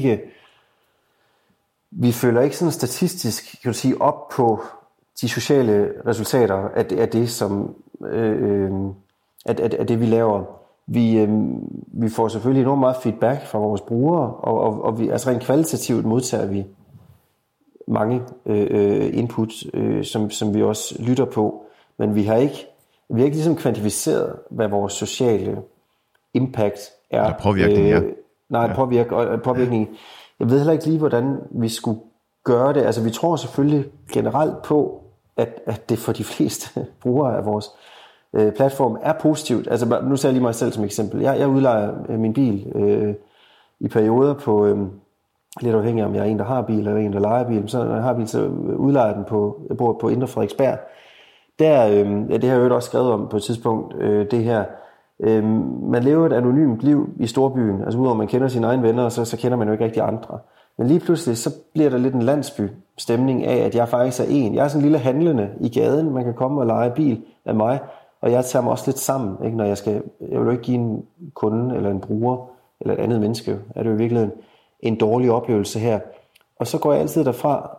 vi følger ikke sådan statistisk, kan du sige, op på de sociale resultater af det, som af det, vi laver. Vi får selvfølgelig enormt meget feedback fra vores brugere, og vi, altså rent kvalitativt modtager vi mange input, som vi også lytter på, men vi har ikke ligesom kvantificeret, hvad vores sociale impact er. Eller påvirkning, ja. Påvirkning. Jeg ved heller ikke lige, hvordan vi skulle gøre det. Altså, vi tror selvfølgelig generelt på, at det for de fleste brugere af vores platform er positivt. Altså, nu ser jeg lige mig selv som eksempel. Jeg udlejer min bil i perioder på, lidt afhængig af, om jeg er en, der har bil, eller en, der lejer bil. Så når jeg har bil, så udlejer jeg den jeg bor på Indre Frederiksberg. Det har jeg jo også skrevet om på et tidspunkt, det her. Man lever et anonymt liv i storbyen, altså udover man kender sine egne venner, så kender man jo ikke rigtig andre. Men lige pludselig, så bliver der lidt en landsby-stemning af, at jeg faktisk er en. Jeg er sådan en lille handlende i gaden, man kan komme og leje bil af mig, og jeg tager mig også lidt sammen, ikke? Når jeg vil jo ikke give en kunde, eller en bruger, eller et andet menneske, er det jo i virkeligheden en dårlig oplevelse her. Og så går jeg altid derfra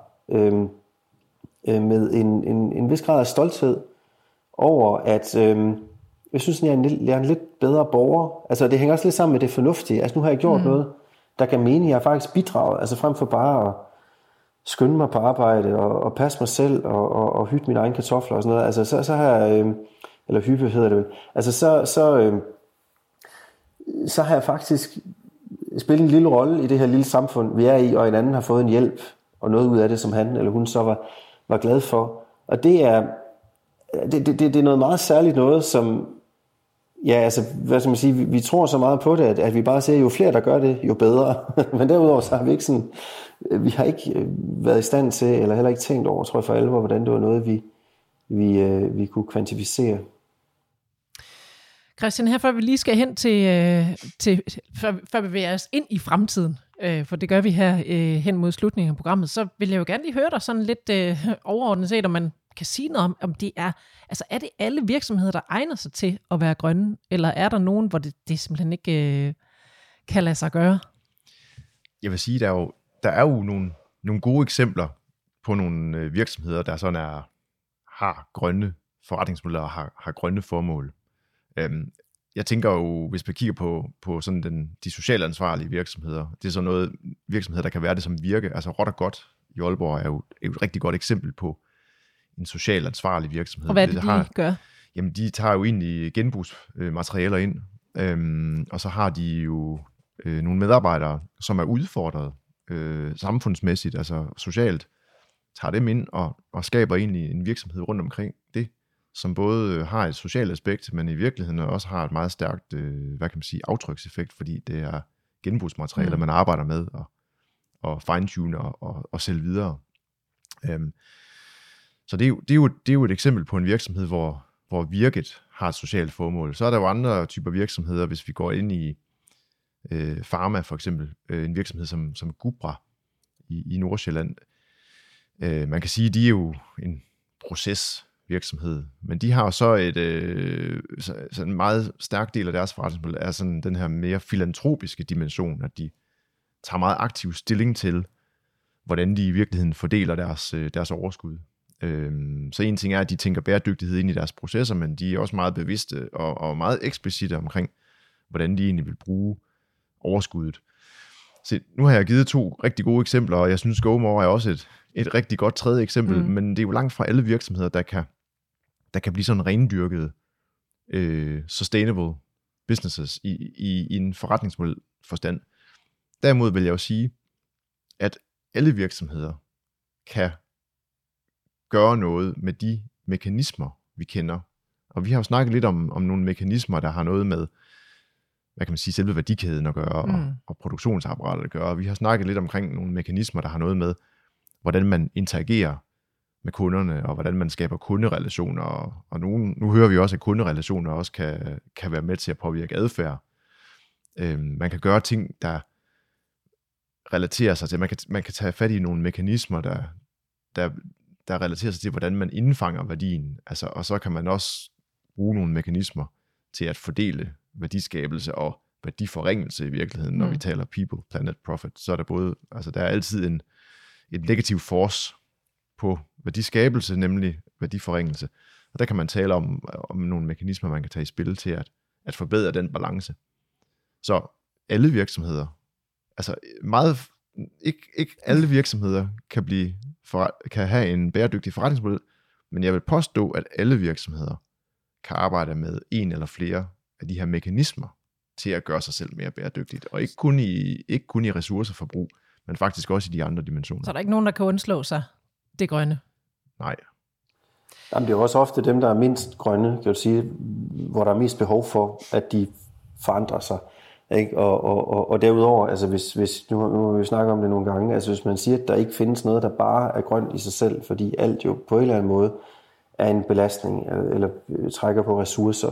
med en vis grad af stolthed over, at jeg synes, jeg er en lidt bedre borger. Altså, det hænger også lidt sammen med det fornuftige. Altså, nu har jeg gjort noget, der kan mene, at jeg har faktisk bidraget. Altså, frem for bare at skynde mig på arbejde og passe mig selv og hytte mine egne kartofler og sådan noget. Altså, så har jeg, eller hyppe hedder det. Altså, så har jeg faktisk spillet en lille rolle i det her lille samfund, vi er i, og en anden har fået en hjælp og noget ud af det, som han eller hun så var glad for. Og det er noget meget særligt noget, som Ja, altså, hvad skal man sige, vi tror så meget på det, at vi bare siger, jo flere der gør det, jo bedre. Men derudover så har vi ikke sådan, vi har ikke været i stand til, eller heller ikke tænkt over, tror jeg for alvor, hvordan det var noget, vi kunne kvantificere. Christian, herfør vi lige skal hen til før vi bevæger os ind i fremtiden, for det gør vi her hen mod slutningen af programmet, så vil jeg jo gerne lige høre dig sådan lidt overordnet set, om man kan sige noget om det er, altså er det alle virksomheder, der egner sig til at være grønne, eller er der nogen, hvor det simpelthen ikke kan lade sig gøre? Jeg vil sige, der er jo nogle gode eksempler på nogle virksomheder, der sådan har grønne forretningsmodeller og har grønne formål. Jeg tænker jo, hvis man kigger på sådan de socialt ansvarlige virksomheder, det er sådan noget virksomheder, der kan være det som Virke. Altså Råt og Godt i Aalborg er jo et rigtig godt eksempel på en socialt ansvarlig virksomhed. Og hvad er det, de gør? Jamen, de tager jo egentlig genbrugsmaterialer ind, og så har de jo nogle medarbejdere, som er udfordret samfundsmæssigt, altså socialt, tager dem ind og skaber egentlig en virksomhed rundt omkring det, som både har et socialt aspekt, men i virkeligheden også har et meget stærkt, aftrykseffekt, fordi det er genbrugsmaterialer, man arbejder med og fine-tune og sælge videre. Så det er jo et eksempel på en virksomhed, hvor Virket har et socialt formål. Så er der jo andre typer virksomheder, hvis vi går ind i Pharma for eksempel, en virksomhed som Gubra i Nordsjælland. Man kan sige, at de er jo en procesvirksomhed, men de har jo så så en meget stærk del af deres forretningsmodel er sådan den her mere filantropiske dimension, at de tager meget aktiv stilling til, hvordan de i virkeligheden fordeler deres overskud. Så en ting er, at de tænker bæredygtighed ind i deres processer, men de er også meget bevidste og meget eksplicite omkring, hvordan de egentlig vil bruge overskuddet. Så nu har jeg givet 2 rigtig gode eksempler, og jeg synes, GoMore er også et rigtig godt tredje eksempel, men det er jo langt fra alle virksomheder, der kan blive sådan rendyrket sustainable businesses i en forretningsmodel forstand. Derimod vil jeg jo sige, at alle virksomheder kan gøre noget med de mekanismer, vi kender. Og vi har jo snakket lidt om nogle mekanismer, der har noget med, hvad kan man sige, selve værdikæden at gøre, og produktionsapparatet at gøre. Vi har snakket lidt omkring nogle mekanismer, der har noget med, hvordan man interagerer med kunderne, og hvordan man skaber kunderelationer. Og nu hører vi også, at kunderelationer også kan være med til at påvirke adfærd. Man kan gøre ting, der relaterer sig til, man kan tage fat i nogle mekanismer, der relaterer sig til, hvordan man indfanger værdien. Altså, og så kan man også bruge nogle mekanismer til at fordele værdiskabelse og værdiforringelse i virkeligheden, når vi taler people, planet, profit. Så er der både, altså der er altid en negativ force på værdiskabelse, nemlig værdiforringelse. Og der kan man tale om nogle mekanismer, man kan tage i spil til at forbedre den balance. Så alle virksomheder, altså ikke alle virksomheder kan have en bæredygtig forretningsmodel, men jeg vil påstå, at alle virksomheder kan arbejde med en eller flere af de her mekanismer til at gøre sig selv mere bæredygtigt, og ikke kun i ressourceforbrug, men faktisk også i de andre dimensioner. Så er der ikke nogen, der kan undslå sig det grønne? Nej. Jamen, det er også ofte dem, der er mindst grønne, kan du sige, hvor der er mest behov for, at de forandrer sig. Ikke? Og derudover, altså hvis nu må vi snakke om det nogle gange, altså hvis man siger, at der ikke findes noget, der bare er grønt i sig selv, fordi alt jo på en eller anden måde er en belastning, eller trækker på ressourcer,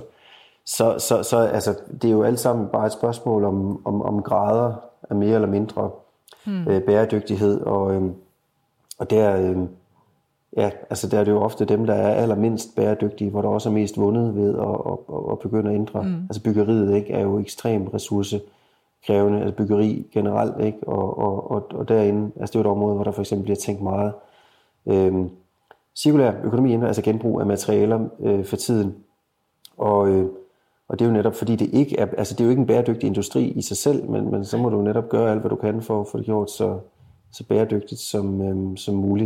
så altså, det er jo alt sammen bare et spørgsmål om grader af mere eller mindre bæredygtighed, og der, altså der er det jo ofte dem, der er allermindst bæredygtige, hvor der også er mest vundet ved at begynde at ændre. Altså byggeriet, ikke, er jo ekstremt ressourcekrævende, altså byggeri generelt, ikke, og derinde, altså det er jo et område, hvor der for eksempel bliver tænkt meget cirkulær økonomi, altså genbrug af materialer for tiden, og det er jo netop fordi det ikke er, altså det er jo ikke en bæredygtig industri i sig selv, men så må du netop gøre alt, hvad du kan for at få det gjort så bæredygtigt som muligt.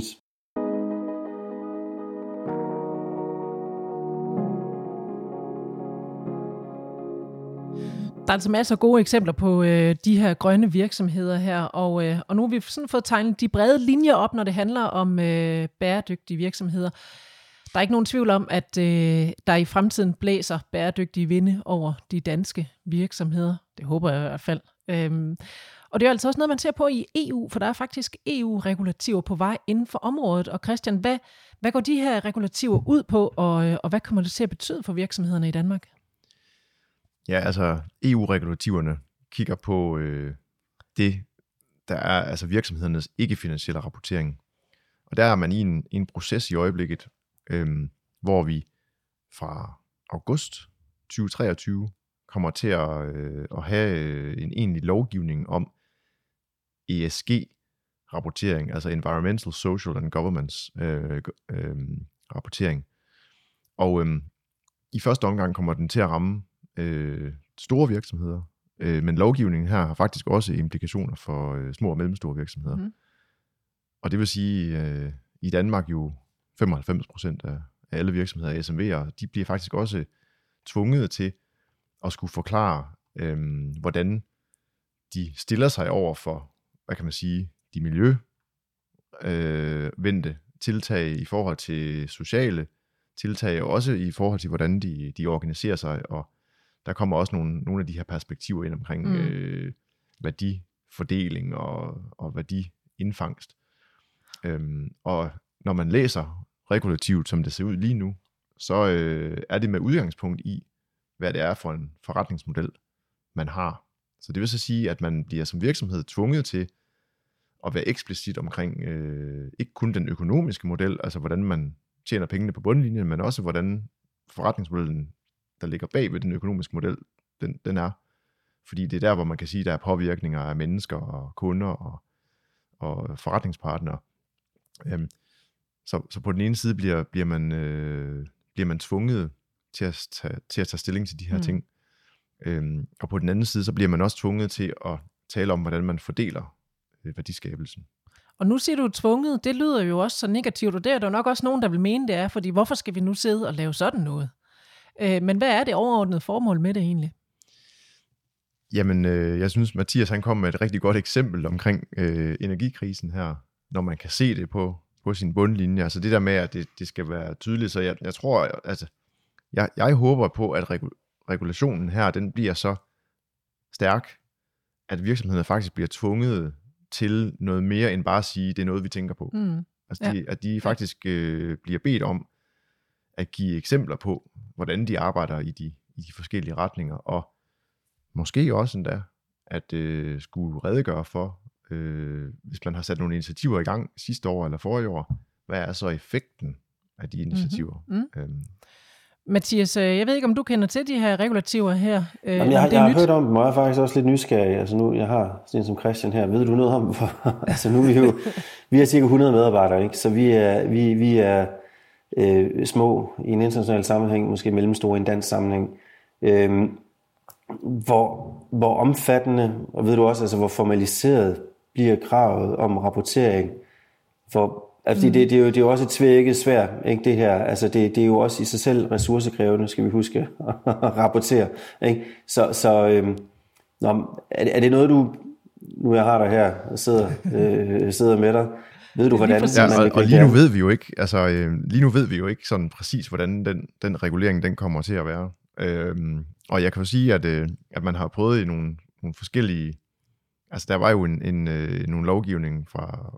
Der er altså masser af gode eksempler på de her grønne virksomheder her, og nu har vi sådan fået tegnet de brede linjer op, når det handler om bæredygtige virksomheder. Der er ikke nogen tvivl om, at der i fremtiden blæser bæredygtige vinde over de danske virksomheder. Det håber jeg i hvert fald. Og det er altså også noget, man ser på i EU, for der er faktisk EU-regulativer på vej inden for området. Og Christian, hvad går de her regulativer ud på, og hvad kommer det til at betyde for virksomhederne i Danmark? Ja, altså EU-regulativerne kigger på det, der er altså virksomhedernes ikke-finansielle rapportering. Og der er man i en proces i øjeblikket, hvor vi fra august 2023 kommer til at have en egentlig lovgivning om ESG-rapportering, altså Environmental, Social and Governance rapportering. Og i første omgang kommer den til at ramme store virksomheder, men lovgivningen her har faktisk også implikationer for små og mellemstore virksomheder. Mm. Og det vil sige, i Danmark jo 95% af alle virksomheder af SMV'er, de bliver faktisk også tvunget til at skulle forklare, hvordan de stiller sig over for, hvad kan man sige, de miljøvendte tiltag i forhold til sociale tiltag, og også i forhold til, hvordan de organiserer sig, og der kommer også nogle af de her perspektiver ind omkring værdifordeling og værdiindfangst. Og når man læser regulativt, som det ser ud lige nu, så er det med udgangspunkt i, hvad det er for en forretningsmodel, man har. Så det vil så sige, at man bliver som virksomhed tvunget til at være eksplicit omkring ikke kun den økonomiske model, altså hvordan man tjener pengene på bundlinjen, men også hvordan forretningsmodellen, der ligger bag ved den økonomiske model, den er. Fordi det er der, hvor man kan sige, at der er påvirkninger af mennesker og kunder og forretningspartnere. Så på den ene side bliver man tvunget til at tage stilling til de her ting. Og på den anden side, så bliver man også tvunget til at tale om, hvordan man fordeler værdiskabelsen. Og nu siger du tvunget, det lyder jo også så negativt, og det er der nok også nogen, der vil mene, det er, fordi hvorfor skal vi nu sidde og lave sådan noget? Men hvad er det overordnede formål med det egentlig? Jamen, jeg synes, Mathias han kom med et rigtig godt eksempel omkring energikrisen her, når man kan se det på sin bundlinje. Altså det der med, at det skal være tydeligt. Så jeg tror, altså, jeg håber på, at regulationen her, den bliver så stærk, at virksomhederne faktisk bliver tvunget til noget mere end bare at sige, det er noget, vi tænker på. Altså at de faktisk bliver bedt om at give eksempler på, hvordan de arbejder i de forskellige retninger, og måske også endda at skulle redegøre for, hvis man har sat nogle initiativer i gang sidste år eller forrige år, hvad er så effekten af de initiativer? Mathias, jeg ved ikke, om du kender til de her regulativer her. Jamen, jeg har hørt om dem, og jeg er faktisk også lidt nysgerrig. Altså nu, jeg har sådan som Christian her. Ved du noget om dem? Altså nu er vi er cirka 100 medarbejdere, ikke? Så vi er små i en international sammenhæng, måske mellemstore i en dansk sammenhæng. Hvor omfattende, og ved du også, altså hvor formaliseret bliver kravet om rapportering? Altså det er jo også et tvækket svært, ikke det her. Altså det er jo også i sig selv ressourcekrævende, skal vi huske at rapportere, ikke? Så er det noget nu jeg har dig her og sidder med dig, ved du hvordan man og lige nu ved vi jo ikke, altså lige nu ved vi jo ikke sådan præcis hvordan den regulering den kommer til at være. Og jeg kan jo sige at man har prøvet i nogle forskellige, altså der var jo nogle lovgivning fra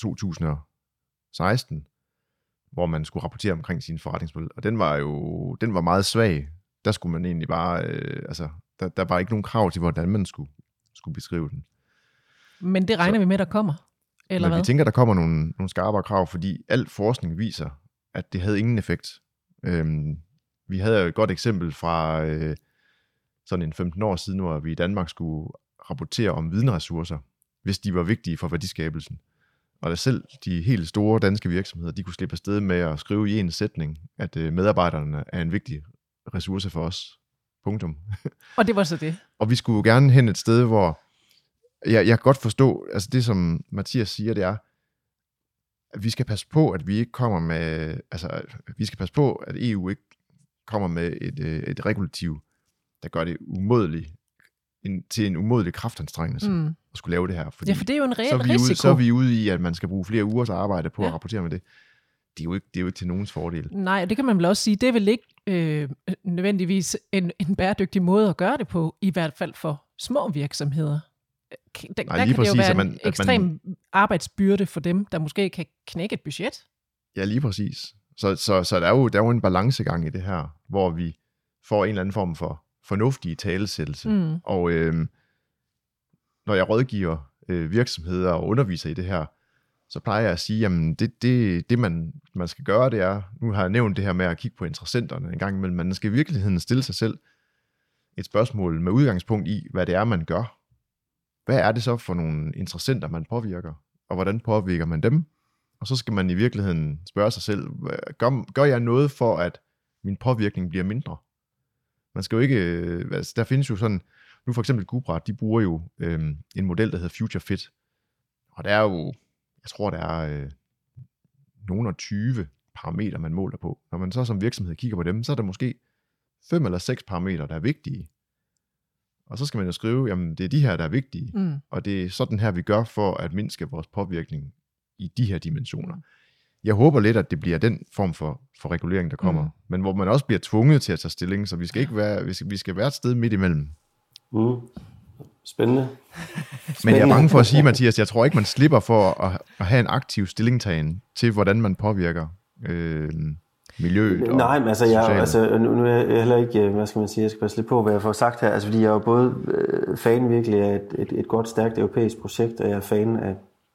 2016, hvor man skulle rapportere omkring sin forretningsmodel, og den var meget svag. Der skulle man egentlig bare, der var ikke nogen krav til, hvordan man skulle beskrive den. Men det regner vi med, der kommer, eller hvad? Vi tænker, der kommer nogle skarpere krav, fordi al forskning viser, at det havde ingen effekt. Vi havde jo et godt eksempel fra sådan en 15 år siden, hvor vi i Danmark skulle rapportere om videnressourcer, hvis de var vigtige for værdiskabelsen. Og da selv de helt store danske virksomheder, de kunne slippe afsted med at skrive i en sætning, at medarbejderne er en vigtig ressource for os. Punktum. Og det var så det. Og vi skulle jo gerne hen et sted, hvor jeg kan godt forstå, altså det som Mathias siger, det er, at vi skal passe på, at vi ikke kommer med, altså vi skal passe på, at EU ikke kommer med et regulativ, der gør det umådeligt til en umådelig kraftanstrengelse at skulle lave det her. Fordi ja, for det er jo en reel risiko. Så er vi ude i, at man skal bruge flere ugers arbejde på at rapportere med det. det er jo ikke til nogens fordel. Nej, og det kan man vel også sige, det er vel ikke nødvendigvis en bæredygtig måde at gøre det på, i hvert fald for små virksomheder. Der kan det jo være en ekstrem arbejdsbyrde for dem, der måske kan knække et budget. Ja, lige præcis. Så der er jo en balancegang i det her, hvor vi får en eller anden form for fornuftig talesættelse. Og når jeg rådgiver virksomheder og underviser i det her, så plejer jeg at sige, jamen det man skal gøre, det er, nu har jeg nævnt det her med at kigge på interessenterne en gang imellem, man skal i virkeligheden stille sig selv et spørgsmål med udgangspunkt i, hvad det er, man gør. Hvad er det så for nogle interessenter, man påvirker, og hvordan påvirker man dem? Og så skal man i virkeligheden spørge sig selv, gør jeg noget for, at min påvirkning bliver mindre? Man skal jo ikke, der findes jo sådan, nu for eksempel Gubrat, de bruger jo en model, der hedder Future Fit, og der er jo, jeg tror, der er nogle af 20 parametre, man måler på. Når man så som virksomhed kigger på dem, så er der måske 5 eller 6 parametre, der er vigtige. Og så skal man jo skrive, jamen det er de her, der er vigtige, og det er sådan her, vi gør for at mindske vores påvirkning i de her dimensioner. Jeg håber lidt, at det bliver den form for regulering, der kommer, men hvor man også bliver tvunget til at tage stilling, så vi skal ikke være, vi skal være et sted midt imellem. Spændende. Men jeg er bange for at sige, Mathias, jeg tror ikke, man slipper for at have en aktiv stillingtagen til, hvordan man påvirker miljøet. Nej, men altså, nu er jeg heller ikke, hvad skal man sige, jeg skal passe lidt på, hvad jeg får sagt her, altså fordi jeg er jo både fan virkelig af et godt, stærkt europæisk projekt, og jeg er fan af,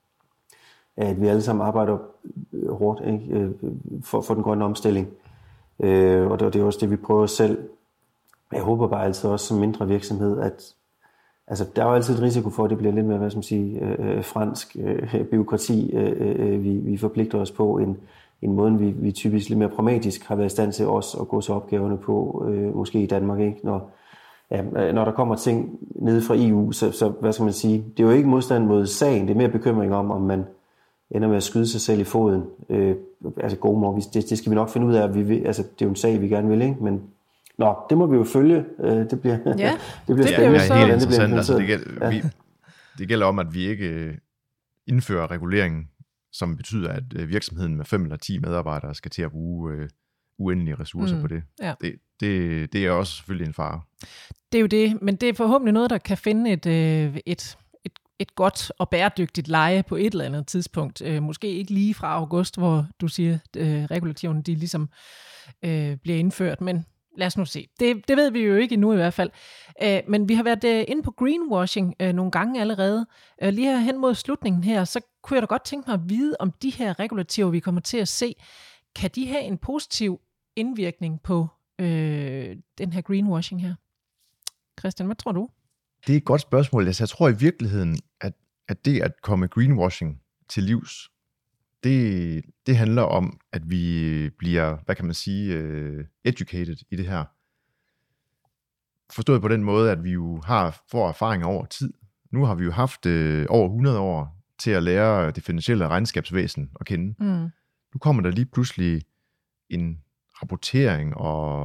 at vi alle sammen arbejder hårdt, ikke, for den grønne omstilling. Og det er også det, vi prøver selv. Jeg håber bare altid også som mindre virksomhed, at altså, der er jo altid et risiko for, at det bliver lidt mere, hvad skal man sige, fransk bureaukrati, vi forpligter os på, en måde, vi typisk lidt mere pragmatisk har været i stand til os at gå til opgaverne på, måske i Danmark, ikke? Når der kommer ting nede fra EU, så hvad skal man sige, det er jo ikke modstand mod sagen, det er mere bekymring om man ender med at skyde sig selv i foden. Altså gode mor, det skal vi nok finde ud af, altså det er jo en sag, vi gerne vil, ikke? Men det må vi jo følge. Det bliver spændende. Det er helt interessant. Altså, det gælder om, at vi ikke indfører reguleringen, som betyder, at virksomheden med 5 eller 10 medarbejdere skal til at bruge uendelige ressourcer på det. Ja. Det er også selvfølgelig en fare. Det er jo det, men det er forhåbentlig noget, der kan finde et godt og bæredygtigt leje på et eller andet tidspunkt. Måske ikke lige fra august, hvor du siger, at regulationen de ligesom bliver indført, men lad os nu se. Det ved vi jo ikke endnu i hvert fald. Men vi har været inde på greenwashing nogle gange allerede. Lige her hen mod slutningen her, så kunne jeg da godt tænke mig at vide, om de her regulativer, vi kommer til at se, kan de have en positiv indvirkning på den her greenwashing her? Christian, hvad tror du? Det er et godt spørgsmål. Jeg tror i virkeligheden, at det at komme greenwashing til livs, det handler om, at vi bliver, hvad kan man sige, educated i det her. Forstået på den måde, at vi jo får erfaring over tid. Nu har vi jo haft over 100 år til at lære det finansielle regnskabsvæsen at kende. Nu kommer der lige pludselig en rapportering,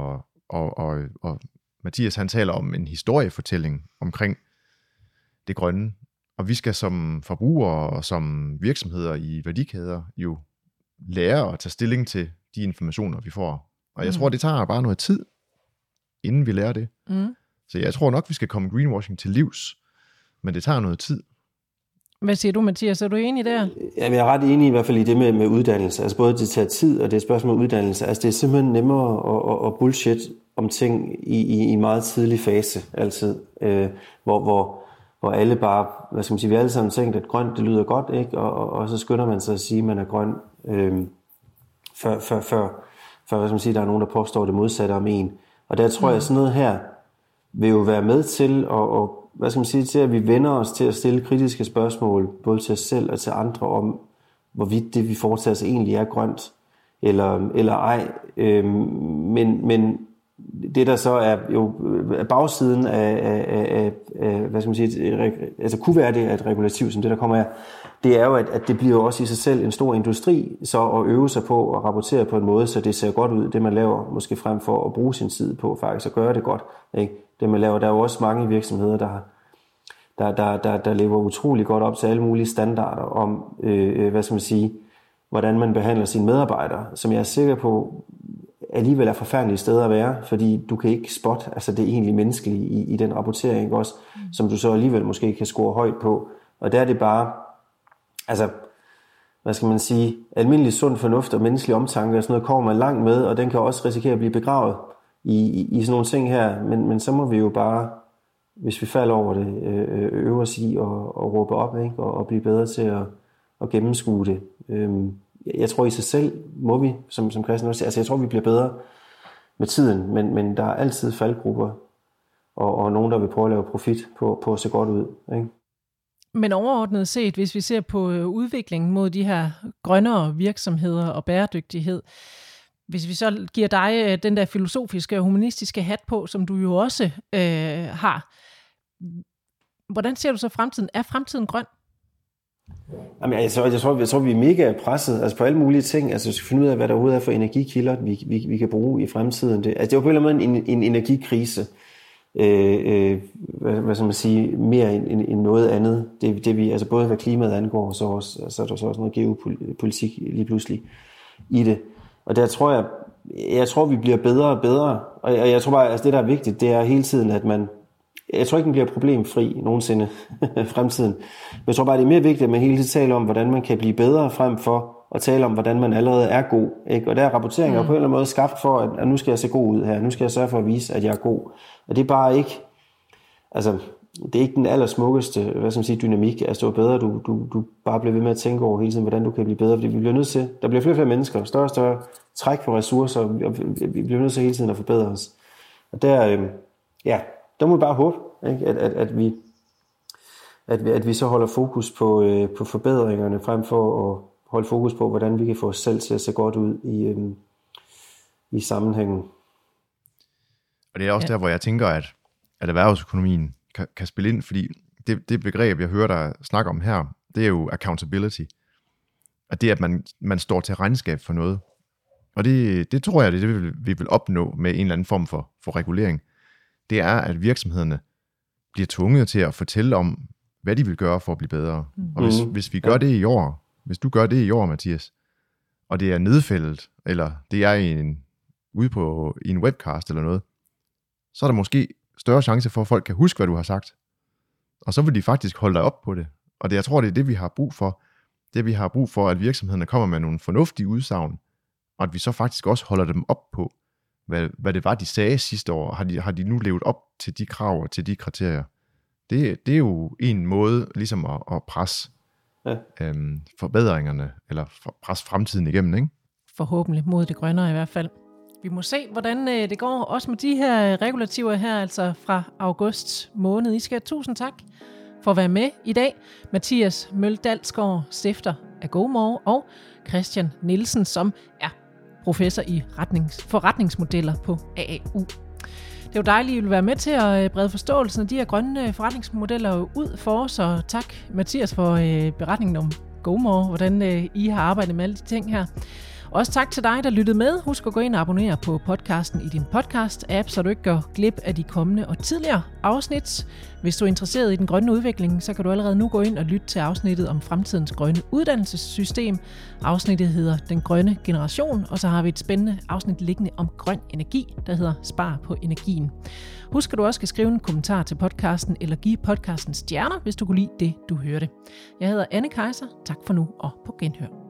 og Mathias han taler om en historiefortælling omkring det grønne. Og vi skal som forbrugere og som virksomheder i værdikæder jo lære at tage stilling til de informationer, vi får. Og jeg tror, det tager bare noget tid, inden vi lærer det. Så jeg tror nok, vi skal komme greenwashing til livs, men det tager noget tid. Hvad siger du, Mathias? Er du enig der? Jamen, jeg er ret enig i hvert fald i det med uddannelse. Altså både det tager tid, og det er et spørgsmål om uddannelse. Altså det er simpelthen nemmere at bullshit om ting i en meget tidlig fase altid, hvor alle bare, hvad skal man sige, vi alle sammen tænkt, at grønt, det lyder godt, ikke? Og så skynder man sig at sige, at man er grøn, før hvad skal man sige, der er nogen, der påstår det modsatte om en. Og der tror jeg, at sådan noget her vil jo være med til at hvad skal man sige, til at vi vender os til at stille kritiske spørgsmål, både til os selv og til andre, om hvorvidt det, vi foretager sig, egentlig er grønt, eller ej. Men det, der så er jo bagsiden af hvad skal man sige, altså kunne være det, et regulativ, som det, der kommer af, det er jo, at det bliver jo også i sig selv en stor industri, så at øve sig på og rapportere på en måde, så det ser godt ud, det man laver, måske frem for at bruge sin tid på faktisk at gøre det godt, ikke? Det man laver, der er jo også mange virksomheder, der lever utrolig godt op til alle mulige standarder om, hvad skal man sige, hvordan man behandler sine medarbejdere, som jeg er sikker på alligevel er forfærdelige steder at være, fordi du kan ikke spotte altså det egentlig menneskelige i den rapportering også, som du så alligevel måske kan score højt på. Og der er det bare, altså, hvad skal man sige, almindelig sund fornuft og menneskelig omtanke og sådan noget kommer man langt med, og den kan også risikere at blive begravet i sådan nogle ting her, men så må vi jo bare, hvis vi falder over det, øve os i og råbe op, ikke? Og blive bedre til at gennemskue det. Jeg tror i sig selv må vi, som Christian også siger, altså jeg tror vi bliver bedre med tiden, men der er altid faldgrupper, og nogen der vil prøve at lave profit på at se godt ud, ikke? Men overordnet set, hvis vi ser på udviklingen mod de her grønnere virksomheder og bæredygtighed, hvis vi så giver dig den der filosofiske og humanistiske hat på, som du jo også har, hvordan ser du så fremtiden? Er fremtiden grøn? Jamen, jeg tror, vi er mega presset altså på alle mulige ting. Altså, vi skal finde ud af, hvad der overhovedet er for energikilder, vi kan bruge i fremtiden. Det er jo på en eller anden måde en energikrise. Hvad skal man sige, mere end noget andet. Det vi, altså både hvad klimaet angår, og så er der så også noget geopolitik lige pludselig i det. Og der tror jeg tror, vi bliver bedre og bedre. Og jeg tror bare, altså det der er vigtigt, det er hele tiden, at jeg tror ikke, den bliver problemfri nogensinde fremtiden. Men jeg tror bare, det er mere vigtigt, at man hele tiden taler om, hvordan man kan blive bedre, frem for at tale om, hvordan man allerede er god. Ikke? Og der er rapporteringen på en eller anden måde skabt for, at nu skal jeg se god ud her. Nu skal jeg sørge for at vise, at jeg er god. Og det er bare ikke, altså, det er ikke den allersmukkeste, hvad skal man sige, dynamik. Altså, det er bedre, du bare bliver ved med at tænke over hele tiden, hvordan du kan blive bedre. Fordi vi bliver nødt til, der bliver flere og flere mennesker, større og større træk på ressourcer, og vi bliver nødt til hele tiden at forbedre os. Og der må vi bare håbe, ikke? At vi så holder fokus på forbedringerne, frem for at holde fokus på, hvordan vi kan få os selv til at se godt ud i sammenhængen. Og det er også der, hvor jeg tænker, at erhvervsøkonomien kan spille ind, fordi det begreb, jeg hører dig snakke om her, det er jo accountability. Og det er, at man står til regnskab for noget. Og det tror jeg, det er det, vi vil opnå med en eller anden form for regulering. Det er, at virksomhederne bliver tvunget til at fortælle om, hvad de vil gøre for at blive bedre. Og hvis vi gør det i år, hvis du gør det i år, Mathias, og det er nedfældet, eller det er ude på en webcast eller noget, så er der måske større chance for, at folk kan huske, hvad du har sagt. Og så vil de faktisk holde dig op på det. Og jeg tror, det er det, vi har brug for. Det, vi har brug for, at virksomhederne kommer med nogle fornuftige udsagn, og at vi så faktisk også holder dem op på, hvad det var, de sagde sidste år. Har de nu levet op til de krav og til de kriterier? Det er jo en måde ligesom at presse forbedringerne, eller presse fremtiden igennem, ikke? Forhåbentlig mod det grønnere i hvert fald. Vi må se, hvordan det går, også med de her regulativer her, altså fra august måned. I skal have tusind tak for at være med i dag. Mathias Møll Dalsgaard, stifter af GoMore, og Christian Nielsen, som er professor i forretningsmodeller på AAU. Det er jo dejligt, at I vil være med til at brede forståelsen af de her grønne forretningsmodeller ud for os, og tak Mathias for beretningen om GoMore, hvordan I har arbejdet med alle de ting her. Også tak til dig, der lyttede med. Husk at gå ind og abonnere på podcasten i din podcast-app, så du ikke går glip af de kommende og tidligere afsnit. Hvis du er interesseret i den grønne udvikling, så kan du allerede nu gå ind og lytte til afsnittet om fremtidens grønne uddannelsessystem. Afsnittet hedder Den Grønne Generation, og så har vi et spændende afsnit liggende om grøn energi, der hedder Spar på energien. Husk, at du også skal skrive en kommentar til podcasten, eller give podcasten stjerner, hvis du kunne lide det, du hørte. Jeg hedder Anne Kejser. Tak for nu, og på genhør.